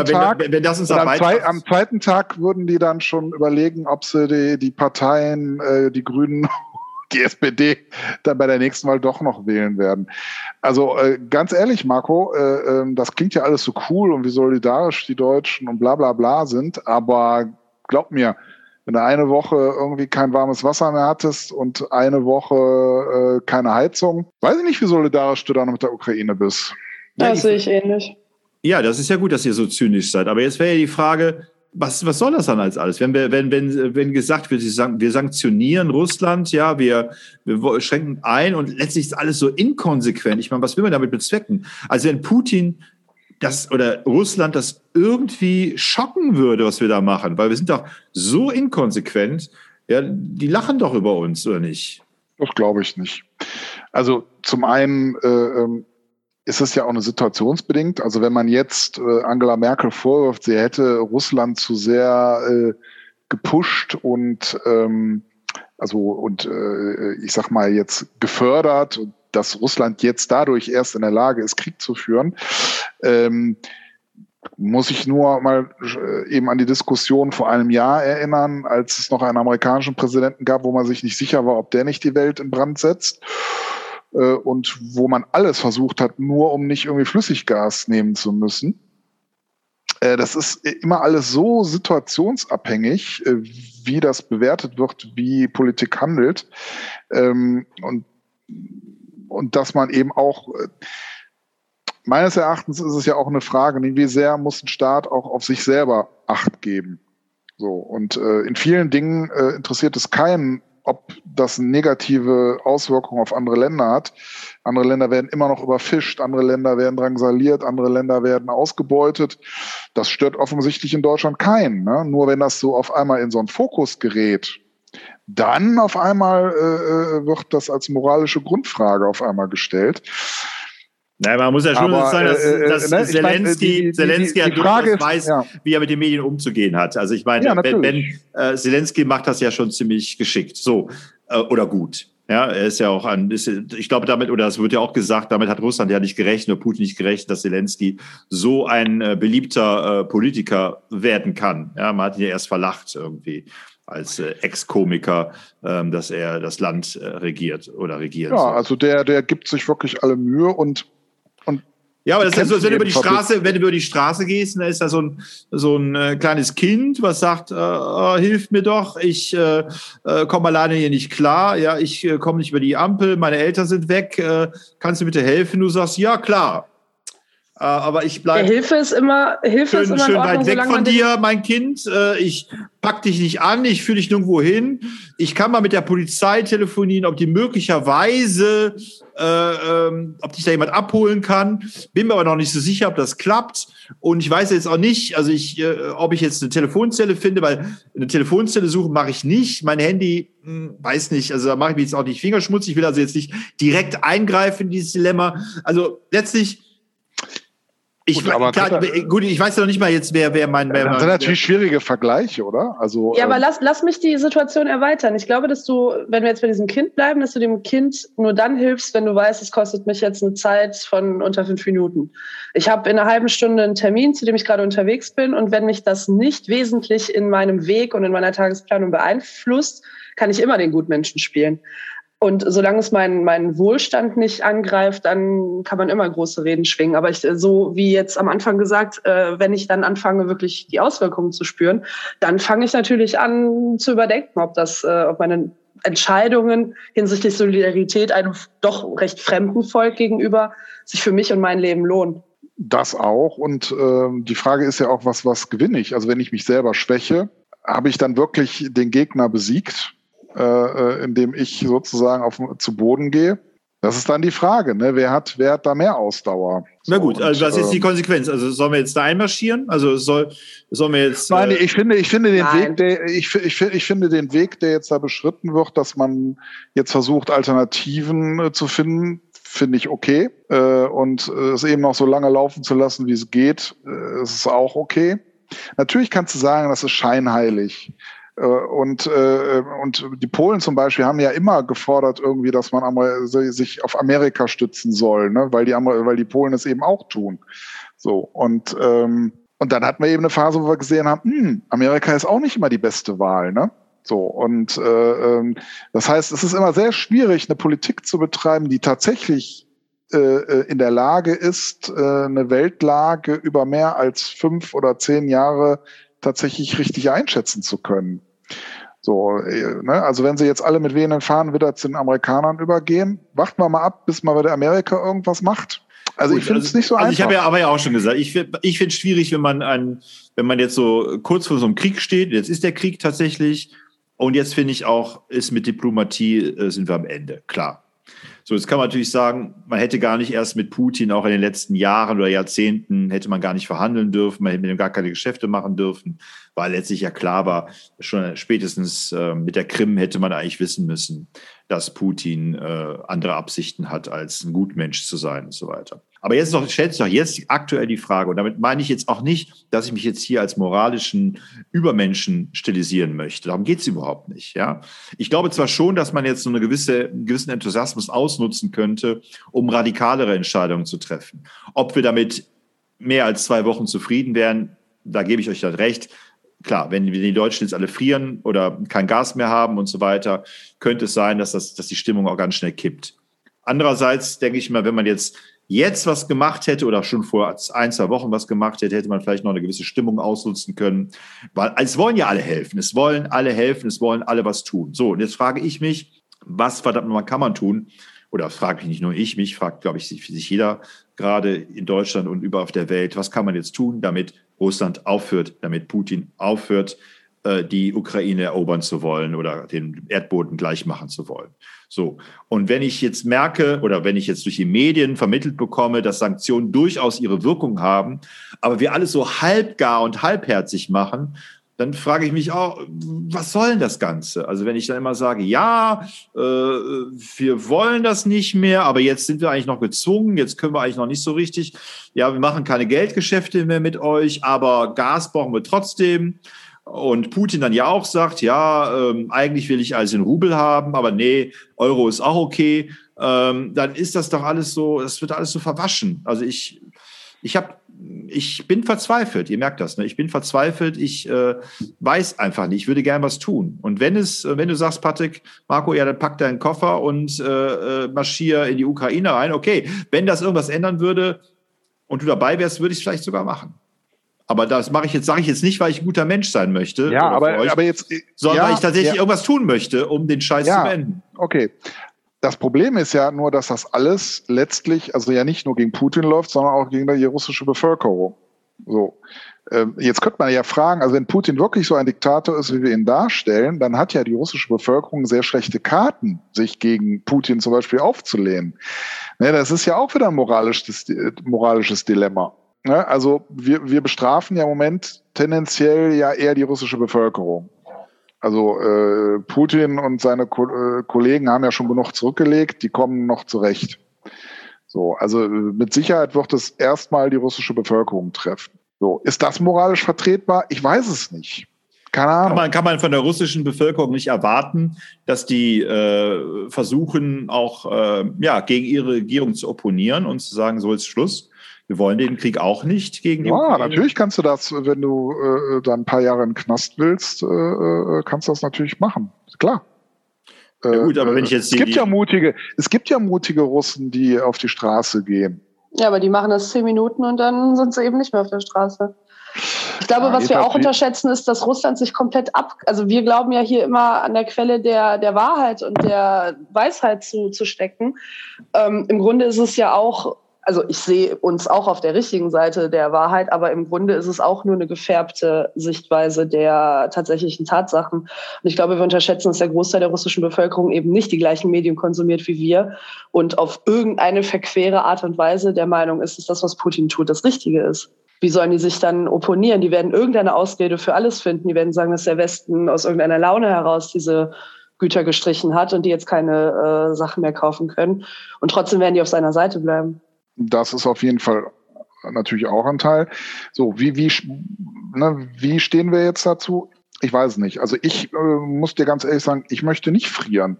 zweiten Tag würden die dann schon überlegen, ob sie die Parteien, die Grünen, die SPD dann bei der nächsten Wahl doch noch wählen werden. Also ganz ehrlich, Marco, das klingt ja alles so cool und wie solidarisch die Deutschen und bla bla bla sind, aber glaub mir, wenn du eine Woche irgendwie kein warmes Wasser mehr hattest und eine Woche keine Heizung, weiß ich nicht, wie solidarisch du dann mit der Ukraine bist. Das sehe ich ähnlich. Ja, das ist ja gut, dass ihr so zynisch seid, aber jetzt wäre ja die Frage, was soll das dann als alles? Wenn gesagt wird, wir sanktionieren Russland, ja, wir schränken ein und letztlich ist alles so inkonsequent. Ich meine, was will man damit bezwecken? Also wenn Putin oder Russland das irgendwie schocken würde, was wir da machen, weil wir sind doch so inkonsequent, ja, die lachen doch über uns, oder nicht? Das glaube ich nicht. Also zum einen ist es ja auch eine situationsbedingt. Also wenn man jetzt Angela Merkel vorwirft, sie hätte Russland zu sehr gepusht und ich sag mal jetzt gefördert, dass Russland jetzt dadurch erst in der Lage ist, Krieg zu führen, muss ich nur mal eben an die Diskussion vor einem Jahr erinnern, als es noch einen amerikanischen Präsidenten gab, wo man sich nicht sicher war, ob der nicht die Welt in Brand setzt. Und wo man alles versucht hat, nur um nicht irgendwie Flüssiggas nehmen zu müssen. Das ist immer alles so situationsabhängig, wie das bewertet wird, wie Politik handelt. Und dass man eben auch, meines Erachtens ist es ja auch eine Frage, wie sehr muss ein Staat auch auf sich selber Acht geben. So, und in vielen Dingen interessiert es keinen, ob das negative Auswirkungen auf andere Länder hat. Andere Länder werden immer noch überfischt, andere Länder werden drangsaliert, andere Länder werden ausgebeutet. Das stört offensichtlich in Deutschland keinen. Ne? Nur wenn das so auf einmal in so einen Fokus gerät, dann auf einmal wird das als moralische Grundfrage auf einmal gestellt. Naja, man muss ja schon sagen, dass Zelensky durchaus weiß, wie er mit den Medien umzugehen hat. Also ich meine, Zelensky macht das ja schon ziemlich geschickt, so oder gut. Ja, er ist ja auch ich glaube damit, oder es wird ja auch gesagt, damit hat Russland ja nicht gerechnet, oder Putin nicht gerechnet, dass Zelensky so ein beliebter Politiker werden kann. Ja, man hat ihn ja erst verlacht irgendwie als Ex-Komiker, dass er das Land regiert oder regieren soll. Ja, also der gibt sich wirklich alle Mühe und ja, aber das ist so, wenn du über die Straße gehst, da ist da so ein kleines Kind, was sagt, hilf mir doch, ich komme alleine hier nicht klar, ja, ich komme nicht über die Ampel, meine Eltern sind weg, kannst du bitte helfen? Du sagst, ja, klar. Aber ich bleibe. Hilfe ist immer schön weit weg von dir, mein Kind. Ich pack dich nicht an, ich führe dich nirgendwo hin. Ich kann mal mit der Polizei telefonieren, ob die möglicherweise, ob dich da jemand abholen kann. Bin mir aber noch nicht so sicher, ob das klappt. Und ich weiß jetzt auch nicht, also ob ich jetzt eine Telefonzelle finde, weil eine Telefonzelle suchen mache ich nicht. Mein Handy, weiß nicht, also da mache ich mir jetzt auch nicht fingerschmutzig. Ich will also jetzt nicht direkt eingreifen in dieses Dilemma. Also letztlich. Ich weiß ja noch nicht mal jetzt, wer mein... Das sind natürlich schwierige Vergleiche, oder? Also, ja, aber lass mich die Situation erweitern. Ich glaube, dass du, wenn wir jetzt bei diesem Kind bleiben, dass du dem Kind nur dann hilfst, wenn du weißt, es kostet mich jetzt eine Zeit von unter 5 Minuten. Ich habe in einer halben Stunde einen Termin, zu dem ich gerade unterwegs bin, und wenn mich das nicht wesentlich in meinem Weg und in meiner Tagesplanung beeinflusst, kann ich immer den Gutmenschen spielen. Und solange es meinen Wohlstand nicht angreift, dann kann man immer große Reden schwingen. Aber so wie jetzt am Anfang gesagt, wenn ich dann anfange, wirklich die Auswirkungen zu spüren, dann fange ich natürlich an zu überdenken, ob meine Entscheidungen hinsichtlich Solidarität einem doch recht fremden Volk gegenüber sich für mich und mein Leben lohnen. Das auch. Und die Frage ist ja auch, was gewinne ich? Also wenn ich mich selber schwäche, habe ich dann wirklich den Gegner besiegt, indem ich sozusagen zu Boden gehe? Das ist dann die Frage, ne? Wer hat da mehr Ausdauer? Na gut, also was ist die Konsequenz? Also sollen wir jetzt da einmarschieren? Also sollen wir jetzt? Nein, ich finde den Weg, der jetzt da beschritten wird, dass man jetzt versucht, Alternativen zu finden, finde ich okay. Und es eben noch so lange laufen zu lassen, wie es geht, ist auch okay. Natürlich kannst du sagen, das ist scheinheilig. Und die Polen zum Beispiel haben ja immer gefordert irgendwie, dass man sich auf Amerika stützen soll, ne? weil die Polen es eben auch tun. So und dann hatten wir eben eine Phase, wo wir gesehen haben, Amerika ist auch nicht immer die beste Wahl, ne? So und das heißt, es ist immer sehr schwierig, eine Politik zu betreiben, die tatsächlich in der Lage ist, eine Weltlage über mehr als 5 oder 10 Jahre tatsächlich richtig einschätzen zu können. So, ne? Also wenn sie jetzt alle mit wehenden Fahnen wieder zu den Amerikanern übergehen, warten wir mal ab, bis mal wieder Amerika irgendwas macht. Also gut, ich finde es nicht so einfach. Ich habe ja aber auch schon gesagt, ich finde es schwierig, wenn man jetzt so kurz vor so einem Krieg steht, jetzt ist der Krieg tatsächlich, und jetzt finde ich auch, ist mit Diplomatie sind wir am Ende, klar. So, jetzt kann man natürlich sagen, man hätte gar nicht erst mit Putin auch in den letzten Jahren oder Jahrzehnten hätte man gar nicht verhandeln dürfen, man hätte mit ihm gar keine Geschäfte machen dürfen, weil letztlich ja klar war, schon spätestens mit der Krim hätte man eigentlich wissen müssen, dass Putin andere Absichten hat, als ein Gutmensch zu sein und so weiter. Aber jetzt stellt sich doch jetzt aktuell die Frage, und damit meine ich jetzt auch nicht, dass ich mich jetzt hier als moralischen Übermenschen stilisieren möchte. Darum geht es überhaupt nicht. Ja? Ich glaube zwar schon, dass man jetzt so einen gewissen Enthusiasmus ausnutzen könnte, um radikalere Entscheidungen zu treffen. Ob wir damit mehr als 2 Wochen zufrieden wären, da gebe ich euch dann recht. Klar, wenn die Deutschen jetzt alle frieren oder kein Gas mehr haben und so weiter, könnte es sein, dass die Stimmung auch ganz schnell kippt. Andererseits denke ich mal, wenn man jetzt was gemacht hätte oder schon vor 1, 2 Wochen was gemacht hätte, hätte man vielleicht noch eine gewisse Stimmung ausnutzen können. Weil es wollen ja alle helfen. Es wollen alle was tun. So, und jetzt frage ich mich, was verdammt nochmal kann man tun? Oder frage mich nicht nur ich, mich fragt, glaube ich, sich jeder gerade in Deutschland und überall auf der Welt, was kann man jetzt tun, damit Russland aufhört, damit Putin aufhört, die Ukraine erobern zu wollen oder den Erdboden gleich machen zu wollen. So. Und wenn ich jetzt merke oder wenn ich jetzt durch die Medien vermittelt bekomme, dass Sanktionen durchaus ihre Wirkung haben, aber wir alles so halbgar und halbherzig machen, dann frage ich mich auch, was soll denn das Ganze? Also wenn ich dann immer sage, ja, wir wollen das nicht mehr, aber jetzt sind wir eigentlich noch gezwungen, jetzt können wir eigentlich noch nicht so richtig, ja, wir machen keine Geldgeschäfte mehr mit euch, aber Gas brauchen wir trotzdem. Und Putin dann ja auch sagt, ja, eigentlich will ich alles in Rubel haben, aber nee, Euro ist auch okay, dann ist das doch alles so, das wird alles so verwaschen. Also ich bin verzweifelt, ihr merkt das, ne? Ich bin verzweifelt, ich weiß einfach nicht, ich würde gern was tun. Und wenn du sagst, Patrick, Marco, ja, dann pack deinen Koffer und marschier in die Ukraine rein, okay, wenn das irgendwas ändern würde und du dabei wärst, würde ich es vielleicht sogar machen. Aber das sage ich jetzt nicht, weil ich ein guter Mensch sein möchte. Ja, aber jetzt, sondern weil ich tatsächlich irgendwas tun möchte, um den Scheiß zu beenden. Okay. Das Problem ist ja nur, dass das alles letztlich, also ja nicht nur gegen Putin läuft, sondern auch gegen die russische Bevölkerung. So. Jetzt könnte man ja fragen, also wenn Putin wirklich so ein Diktator ist, wie wir ihn darstellen, dann hat ja die russische Bevölkerung sehr schlechte Karten, sich gegen Putin zum Beispiel aufzulehnen. Ne, das ist ja auch wieder ein moralisches Dilemma. Ne, also wir bestrafen ja im Moment tendenziell ja eher die russische Bevölkerung. Also Putin und seine Kollegen haben ja schon genug zurückgelegt, die kommen noch zurecht. So, also mit Sicherheit wird es erstmal die russische Bevölkerung treffen. So, ist das moralisch vertretbar? Ich weiß es nicht. Keine Ahnung. Kann man von der russischen Bevölkerung nicht erwarten, dass die versuchen, auch gegen ihre Regierung zu opponieren und zu sagen, so ist Schluss. Wir wollen den Krieg auch nicht gegen die Ukraine. Ja, natürlich kannst du das, wenn du da ein paar Jahre im Knast willst, kannst du das natürlich machen. Klar. Ja gut, aber wenn ich jetzt es gibt ja mutige Russen, die auf die Straße gehen. Ja, aber die machen das 10 Minuten und dann sind sie eben nicht mehr auf der Straße. Ich glaube, was wir auch unterschätzen, ist, dass Russland sich komplett also wir glauben ja hier immer an der Quelle der Wahrheit und der Weisheit zu stecken. Im Grunde ist es ja auch, also ich sehe uns auch auf der richtigen Seite der Wahrheit, aber im Grunde ist es auch nur eine gefärbte Sichtweise der tatsächlichen Tatsachen. Und ich glaube, wir unterschätzen, dass der Großteil der russischen Bevölkerung eben nicht die gleichen Medien konsumiert wie wir und auf irgendeine verquere Art und Weise der Meinung ist, dass das, was Putin tut, das Richtige ist. Wie sollen die sich dann opponieren? Die werden irgendeine Ausrede für alles finden. Die werden sagen, dass der Westen aus irgendeiner Laune heraus diese Güter gestrichen hat und die jetzt keine Sachen mehr kaufen können. Und trotzdem werden die auf seiner Seite bleiben. Das ist auf jeden Fall natürlich auch ein Teil. So, wie stehen wir jetzt dazu? Ich weiß es nicht. Also ich muss dir ganz ehrlich sagen, ich möchte nicht frieren.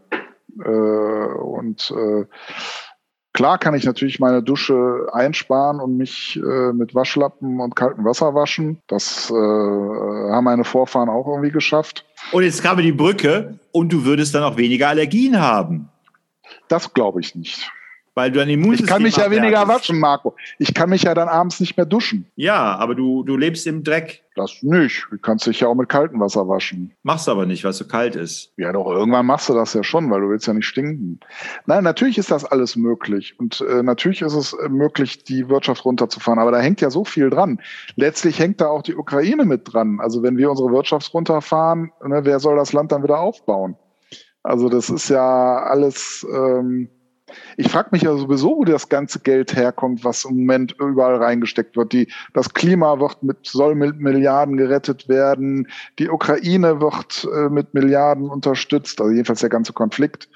Klar kann ich natürlich meine Dusche einsparen und mich mit Waschlappen und kaltem Wasser waschen. Das haben meine Vorfahren auch irgendwie geschafft. Und jetzt kam die Brücke und du würdest dann auch weniger Allergien haben. Das glaube ich nicht. Weil du ein Immunsystem Ich kann mich ja weniger waschen, Marco. Ich kann mich ja dann abends nicht mehr duschen. Ja, aber du lebst im Dreck. Das nicht. Du kannst dich ja auch mit kaltem Wasser waschen. Machst aber nicht, weil es so kalt ist. Ja, doch, irgendwann machst du das ja schon, weil du willst ja nicht stinken. Nein, natürlich ist das alles möglich. Und natürlich ist es möglich, die Wirtschaft runterzufahren. Aber da hängt ja so viel dran. Letztlich hängt da auch die Ukraine mit dran. Also wenn wir unsere Wirtschaft runterfahren, ne, wer soll das Land dann wieder aufbauen? Also das ist ja alles... Ich frage mich ja sowieso, wo das ganze Geld herkommt, was im Moment überall reingesteckt wird. Das Klima soll mit Milliarden gerettet werden. Die Ukraine wird mit Milliarden unterstützt, also jedenfalls der ganze Konflikt.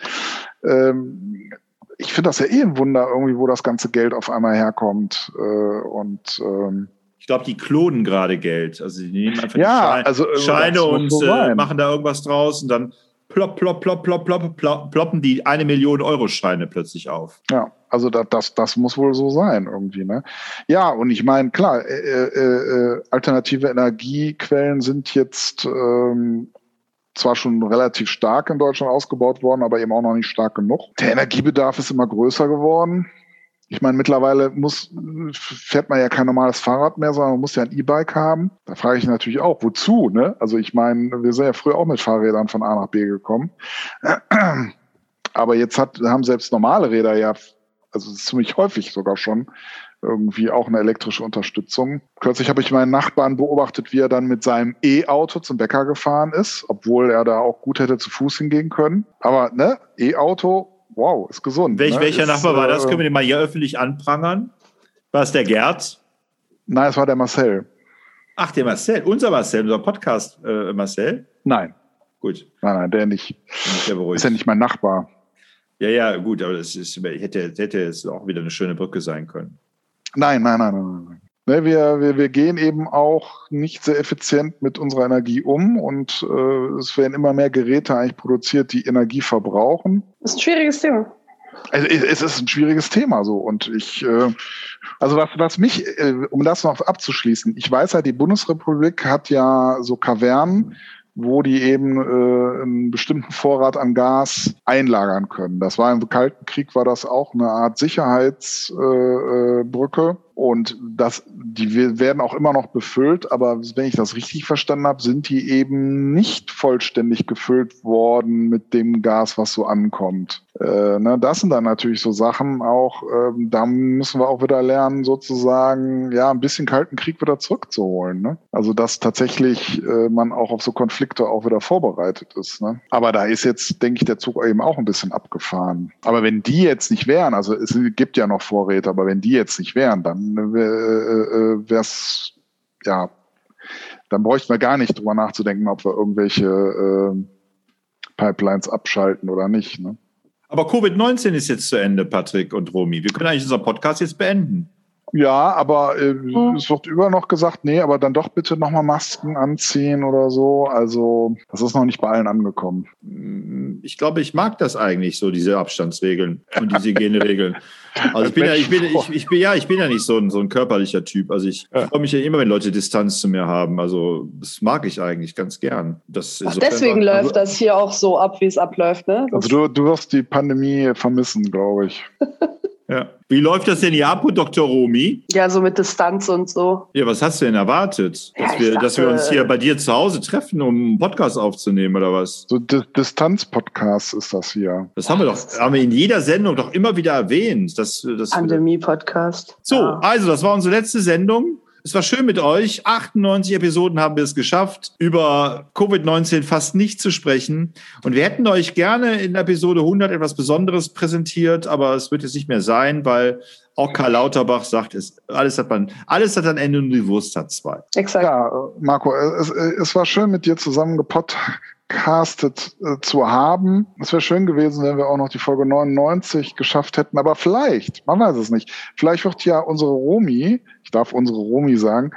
Ich finde das ja ein Wunder, irgendwie, wo das ganze Geld auf einmal herkommt. Ich glaube, die klonen gerade Geld. Also die nehmen einfach die Scheine und machen da irgendwas draus und dann ploppen die 1 Million Euro Scheine plötzlich auf. Ja, also das muss wohl so sein irgendwie, ne? Ja, und ich meine, klar, alternative Energiequellen sind jetzt zwar schon relativ stark in Deutschland ausgebaut worden, aber eben auch noch nicht stark genug. Der Energiebedarf ist immer größer geworden. Ich meine, mittlerweile fährt man ja kein normales Fahrrad mehr, sondern man muss ja ein E-Bike haben. Da frage ich natürlich auch, wozu, ne? Also ich meine, wir sind ja früher auch mit Fahrrädern von A nach B gekommen. Aber jetzt haben selbst normale Räder ja, also ziemlich häufig sogar schon, irgendwie auch eine elektrische Unterstützung. Kürzlich habe ich meinen Nachbarn beobachtet, wie er dann mit seinem E-Auto zum Bäcker gefahren ist, obwohl er da auch gut hätte zu Fuß hingehen können. Aber ne, E-Auto, wow, ist gesund. Welcher Nachbar war das? Können wir den mal hier öffentlich anprangern? War es der Gerd? Nein, es war der Marcel. Ach, der Marcel, unser Podcast Marcel? Nein. Gut. Nein, der nicht. Ist ja nicht mein Nachbar. Ja, gut, aber hätte jetzt auch wieder eine schöne Brücke sein können. Nein. Ne, wir gehen eben auch nicht sehr effizient mit unserer Energie um und es werden immer mehr Geräte eigentlich produziert, die Energie verbrauchen. Das ist ein schwieriges Thema. Also, es ist ein schwieriges Thema so und also was mich, um das noch abzuschließen, ich weiß halt, die Bundesrepublik hat ja so Kavernen, wo die eben einen bestimmten Vorrat an Gas einlagern können. Das war im Kalten Krieg, war das auch eine Art Sicherheitsbrücke. Und die werden auch immer noch befüllt, aber wenn ich das richtig verstanden habe, sind die eben nicht vollständig gefüllt worden mit dem Gas, was so ankommt. Das sind dann natürlich so Sachen auch, da müssen wir auch wieder lernen, sozusagen, ja, ein bisschen Kalten Krieg wieder zurückzuholen. Ne? Also, dass tatsächlich man auch auf so Konflikte auch wieder vorbereitet ist. Ne? Aber da ist jetzt, denke ich, der Zug eben auch ein bisschen abgefahren. Aber wenn die jetzt nicht wären, also es gibt ja noch Vorräte, aber wenn die jetzt nicht wären, dann wär's, ja, dann bräuchten wir gar nicht drüber nachzudenken, ob wir irgendwelche Pipelines abschalten oder nicht. Ne? Aber Covid-19 ist jetzt zu Ende, Patrick und Romy. Wir können eigentlich unseren Podcast jetzt beenden. Ja, aber es wird überall noch gesagt, nee, aber dann doch bitte nochmal Masken anziehen oder so. Also das ist noch nicht bei allen angekommen. Ich glaube, ich mag das eigentlich so, diese Abstandsregeln und diese Hygieneregeln. Also ich bin ja nicht so ein körperlicher Typ. Also ich freue mich ja immer, wenn Leute Distanz zu mir haben. Also das mag ich eigentlich ganz gern. Deswegen läuft das hier auch so ab, wie es abläuft, ne? Also du wirst die Pandemie vermissen, glaube ich. Ja. Wie läuft das denn hier ab, Dr. Romy? Ja, so mit Distanz und so. Ja, was hast du denn erwartet? Dass wir uns hier bei dir zu Hause treffen, um einen Podcast aufzunehmen, oder was? So Distanz-Podcast ist das hier. Das haben wir in jeder Sendung doch immer wieder erwähnt. Pandemie-Podcast. So, also das war unsere letzte Sendung. Es war schön mit euch. 98 Episoden haben wir es geschafft, über Covid-19 fast nicht zu sprechen. Und wir hätten euch gerne in Episode 100 etwas Besonderes präsentiert, aber es wird jetzt nicht mehr sein, weil auch Karl Lauterbach sagt, alles hat ein Ende und die Wurst hat zwei. Exakt. Ja, Marco, es war schön, mit dir zusammen gepodcastet zu haben. Es wäre schön gewesen, wenn wir auch noch die Folge 99 geschafft hätten. Aber vielleicht, man weiß es nicht, vielleicht wird ja unsere Romy, ich darf unsere Romy sagen,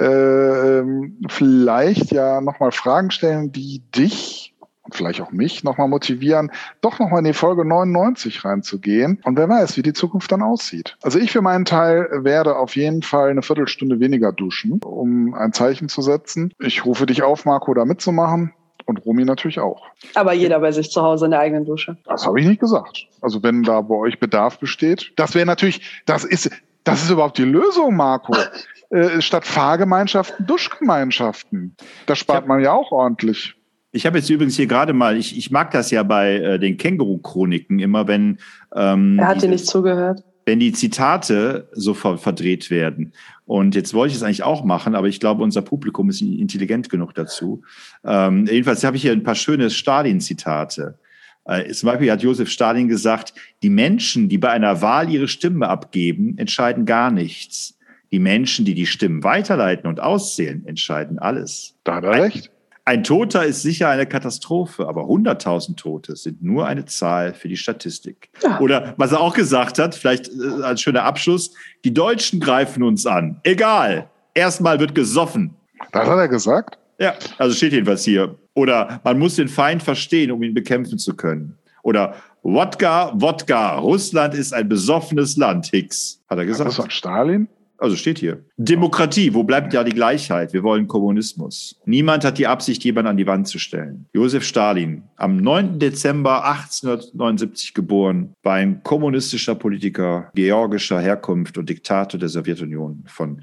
vielleicht ja nochmal Fragen stellen, die dich und vielleicht auch mich nochmal motivieren, doch nochmal in die Folge 99 reinzugehen. Und wer weiß, wie die Zukunft dann aussieht. Also ich für meinen Teil werde auf jeden Fall eine Viertelstunde weniger duschen, um ein Zeichen zu setzen. Ich rufe dich auf, Marco, da mitzumachen. Und Romy natürlich auch. Aber jeder bei sich zu Hause in der eigenen Dusche. Das habe ich nicht gesagt. Also wenn da bei euch Bedarf besteht, das wäre natürlich, das ist überhaupt die Lösung, Marco. Statt Fahrgemeinschaften, Duschgemeinschaften. Da spart man ja auch ordentlich. Ich habe jetzt übrigens hier gerade mal, ich mag das ja bei den Känguru-Chroniken immer, wenn er hat dir nicht zugehört. Wenn die Zitate so verdreht werden. Und jetzt wollte ich es eigentlich auch machen, aber ich glaube, unser Publikum ist nicht intelligent genug dazu. Jedenfalls habe ich hier ein paar schöne Stalin-Zitate. Zum Beispiel hat Josef Stalin gesagt, die Menschen, die bei einer Wahl ihre Stimme abgeben, entscheiden gar nichts. Die Menschen, die die Stimmen weiterleiten und auszählen, entscheiden alles. Da hat er recht. Ein Toter ist sicher eine Katastrophe, aber 100.000 Tote sind nur eine Zahl für die Statistik. Ja. Oder was er auch gesagt hat, vielleicht als schöner Abschluss, die Deutschen greifen uns an. Egal, erstmal wird gesoffen. Das hat er gesagt? Ja, also steht jedenfalls hier. Oder man muss den Feind verstehen, um ihn bekämpfen zu können. Oder Wodka, Russland ist ein besoffenes Land, Hicks, hat er gesagt. Das war Stalin? Also steht hier. Demokratie, wo bleibt ja die Gleichheit? Wir wollen Kommunismus. Niemand hat die Absicht, jemanden an die Wand zu stellen. Josef Stalin, am 9. Dezember 1879 geboren, war ein kommunistischer Politiker georgischer Herkunft und Diktator der Sowjetunion von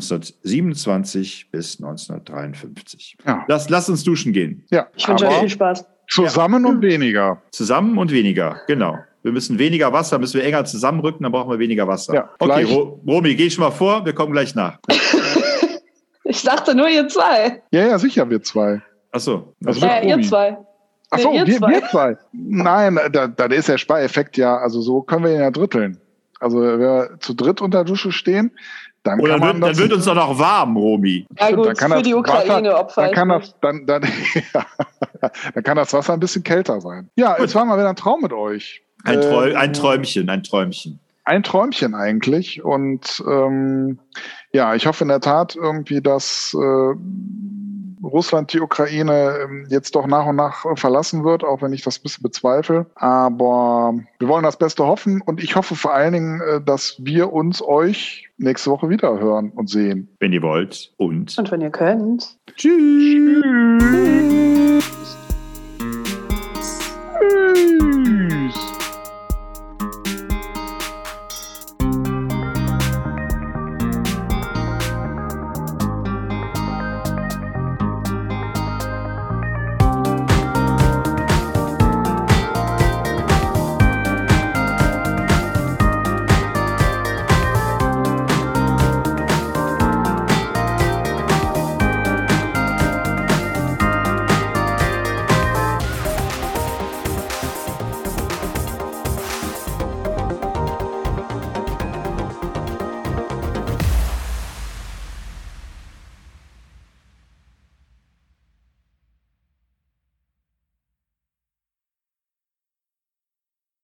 1927 bis 1953. Ja. Lass uns duschen gehen. Ja, ich wünsche euch viel Spaß. Zusammen und weniger. Zusammen und weniger, genau. Wir müssen weniger Wasser, müssen wir enger zusammenrücken, dann brauchen wir weniger Wasser. Ja, okay, Romy, geh schon mal vor, wir kommen gleich nach. Ich dachte nur ihr zwei. Ja, sicher, wir zwei. Ach so. Also ihr zwei. Ach so, wir zwei. Nein, da ist der Spareffekt ja, also so können wir ihn ja dritteln. Also wenn wir zu dritt unter der Dusche stehen, dann kann man dann wird uns doch noch warm, Romy. Ja gut, für die Ukraine Opfer. Dann kann das Wasser ein bisschen kälter sein. Ja, es war mal wieder ein Traum mit euch. Ein Träumchen. Ein Träumchen eigentlich. Und ich hoffe in der Tat irgendwie, dass Russland die Ukraine jetzt doch nach und nach verlassen wird, auch wenn ich das ein bisschen bezweifle. Aber wir wollen das Beste hoffen und ich hoffe vor allen Dingen, dass wir euch nächste Woche wieder hören und sehen. Wenn ihr wollt und wenn ihr könnt. Tschüss.